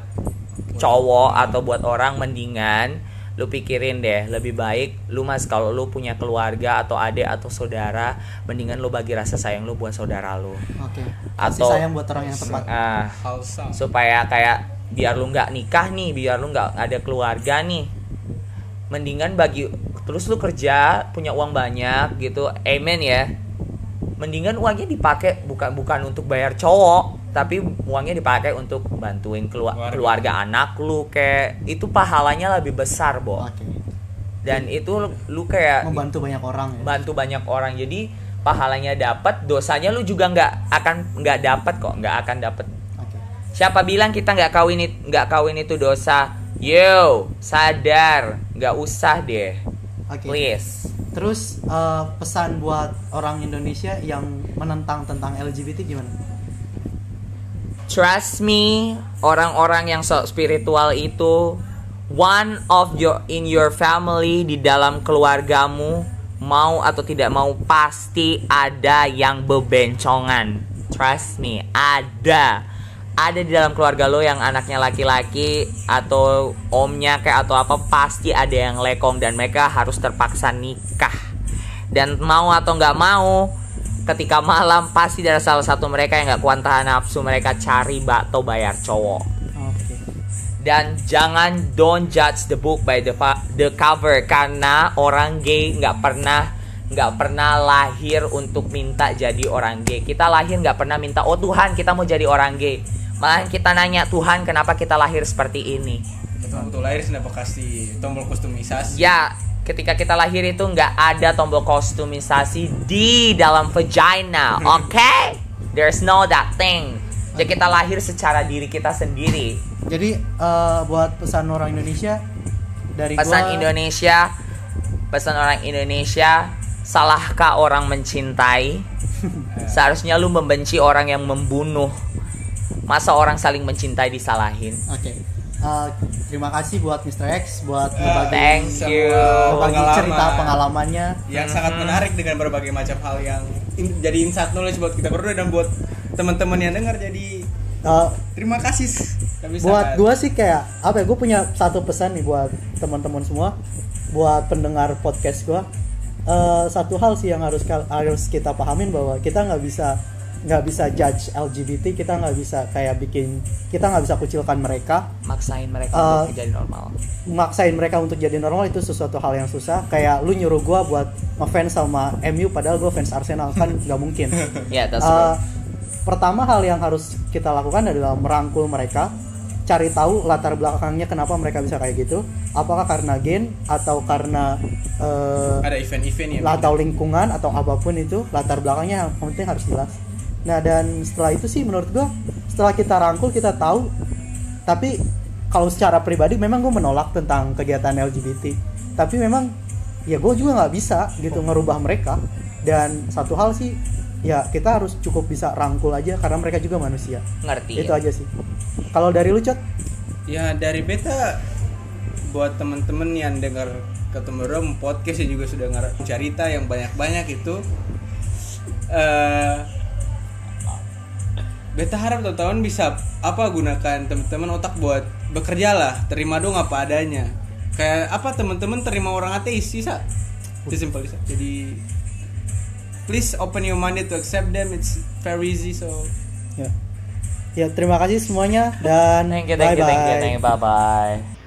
cowok atau buat orang, mendingan lu pikirin deh, lebih baik lu mas kalau lu punya keluarga atau adik atau saudara, mendingan lu bagi rasa sayang lu buat saudara lu. Oke. Kasih Atau- sayang buat orang yang tepat. Ah, Halsam. supaya kayak biar lu nggak nikah nih, biar lu nggak ada keluarga nih, mendingan bagi terus lu kerja punya uang banyak gitu, amen ya, mendingan uangnya dipakai bukan bukan untuk bayar cowok, tapi uangnya dipakai untuk bantuin kelu- Keluarga. keluarga anak lu, kayak itu pahalanya lebih besar, Bo. Oke. Dan itu lu, lu kayak Membantu banyak orang ya. bantu banyak orang, jadi pahalanya dapat, dosanya lu juga nggak akan nggak dapat kok, nggak akan dapat. Oke. Siapa bilang kita nggak kawin it- nggak kawin itu dosa? Yo, sadar, nggak usah deh, Oke. please. Terus eh, pesan buat orang Indonesia yang menentang tentang L G B T gimana? Trust me, orang-orang yang sok spiritual itu, one of your in your family, di dalam keluargamu, mau atau tidak mau pasti ada yang bebencongan. Trust me, ada. Ada di dalam keluarga lo yang anaknya laki-laki atau omnya kayak atau apa, pasti ada yang lekong dan mereka harus terpaksa nikah. Dan mau atau nggak mau, ketika malam pasti ada salah satu mereka yang nggak kuat tahan nafsu, mereka cari atau bayar cowok. Oke. Dan jangan don't judge the book by the fa- the cover, karena orang gay nggak pernah nggak pernah lahir untuk minta jadi orang gay. Kita lahir nggak pernah minta, oh Tuhan kita mau jadi orang gay. Malahan kita nanya, Tuhan kenapa kita lahir seperti ini? Waktu lahir sudah kasih tombol kustomisasi. Ya, ketika kita lahir itu nggak ada tombol kostumisasi di dalam vagina, oke? Okay? There's no that thing. Jadi kita lahir secara diri kita sendiri. Jadi eh, buat pesan orang Indonesia dari Pesan gua, Indonesia, pesan orang Indonesia, salahkah orang mencintai? Seharusnya lu membenci orang yang membunuh. Masa orang saling mencintai disalahin? Oke. Eh, terima kasih buat mister X buat berbagi, Thank you. berbagi Pengalaman. cerita pengalamannya. Yang sangat menarik dengan berbagai macam hal yang in- jadi insight knowledge buat kita berdua dan buat teman-teman yang dengar. Jadi Eh, terima kasih. Kami buat sangat- gue sih kayak apa ya, gue punya satu pesan nih buat teman-teman semua, buat pendengar podcast gue. Eh, satu hal sih yang harus harus kita pahamin, bahwa kita nggak bisa nggak bisa judge L G B T, kita nggak bisa kayak bikin, kita nggak bisa kucilkan mereka, Maksain mereka Uh, untuk jadi normal. maksain mereka untuk jadi normal. Itu sesuatu hal yang susah. Kayak lu nyuruh gue buat ngefans sama M U padahal gue fans Arsenal, kan nggak mungkin. Ya, that's Uh, right. pertama hal yang harus kita lakukan adalah merangkul mereka, cari tahu latar belakangnya kenapa mereka bisa kayak gitu, apakah karena gen atau karena uh, ada event-event ya. atau lingkungan atau apapun itu, latar belakangnya yang penting harus jelas. Nah, dan setelah itu sih menurut gue, setelah kita rangkul kita tahu. Tapi kalau secara pribadi memang gue menolak tentang kegiatan L G B T, tapi memang ya gue juga nggak bisa gitu ngerubah mereka. Dan satu hal sih, ya kita harus cukup bisa rangkul aja karena mereka juga manusia. Ngerti. Itu aja sih. Kalau dari lu, Cot? Ya dari beta buat temen-temen yang dengar ketemu Rom podcast yang juga sudah ngarap cerita yang banyak-banyak itu, uh, beta harap tahun bisa apa gunakan teman-teman otak buat bekerja lah, terima dong apa adanya. Kayak apa teman-teman terima orang ateis sih, Sa? Itu simple sih. Jadi please open your mind to accept them, it's very easy. So Ya. Ya, terima kasih semuanya dan Thank you, thank you, thank you, thank you, bye bye.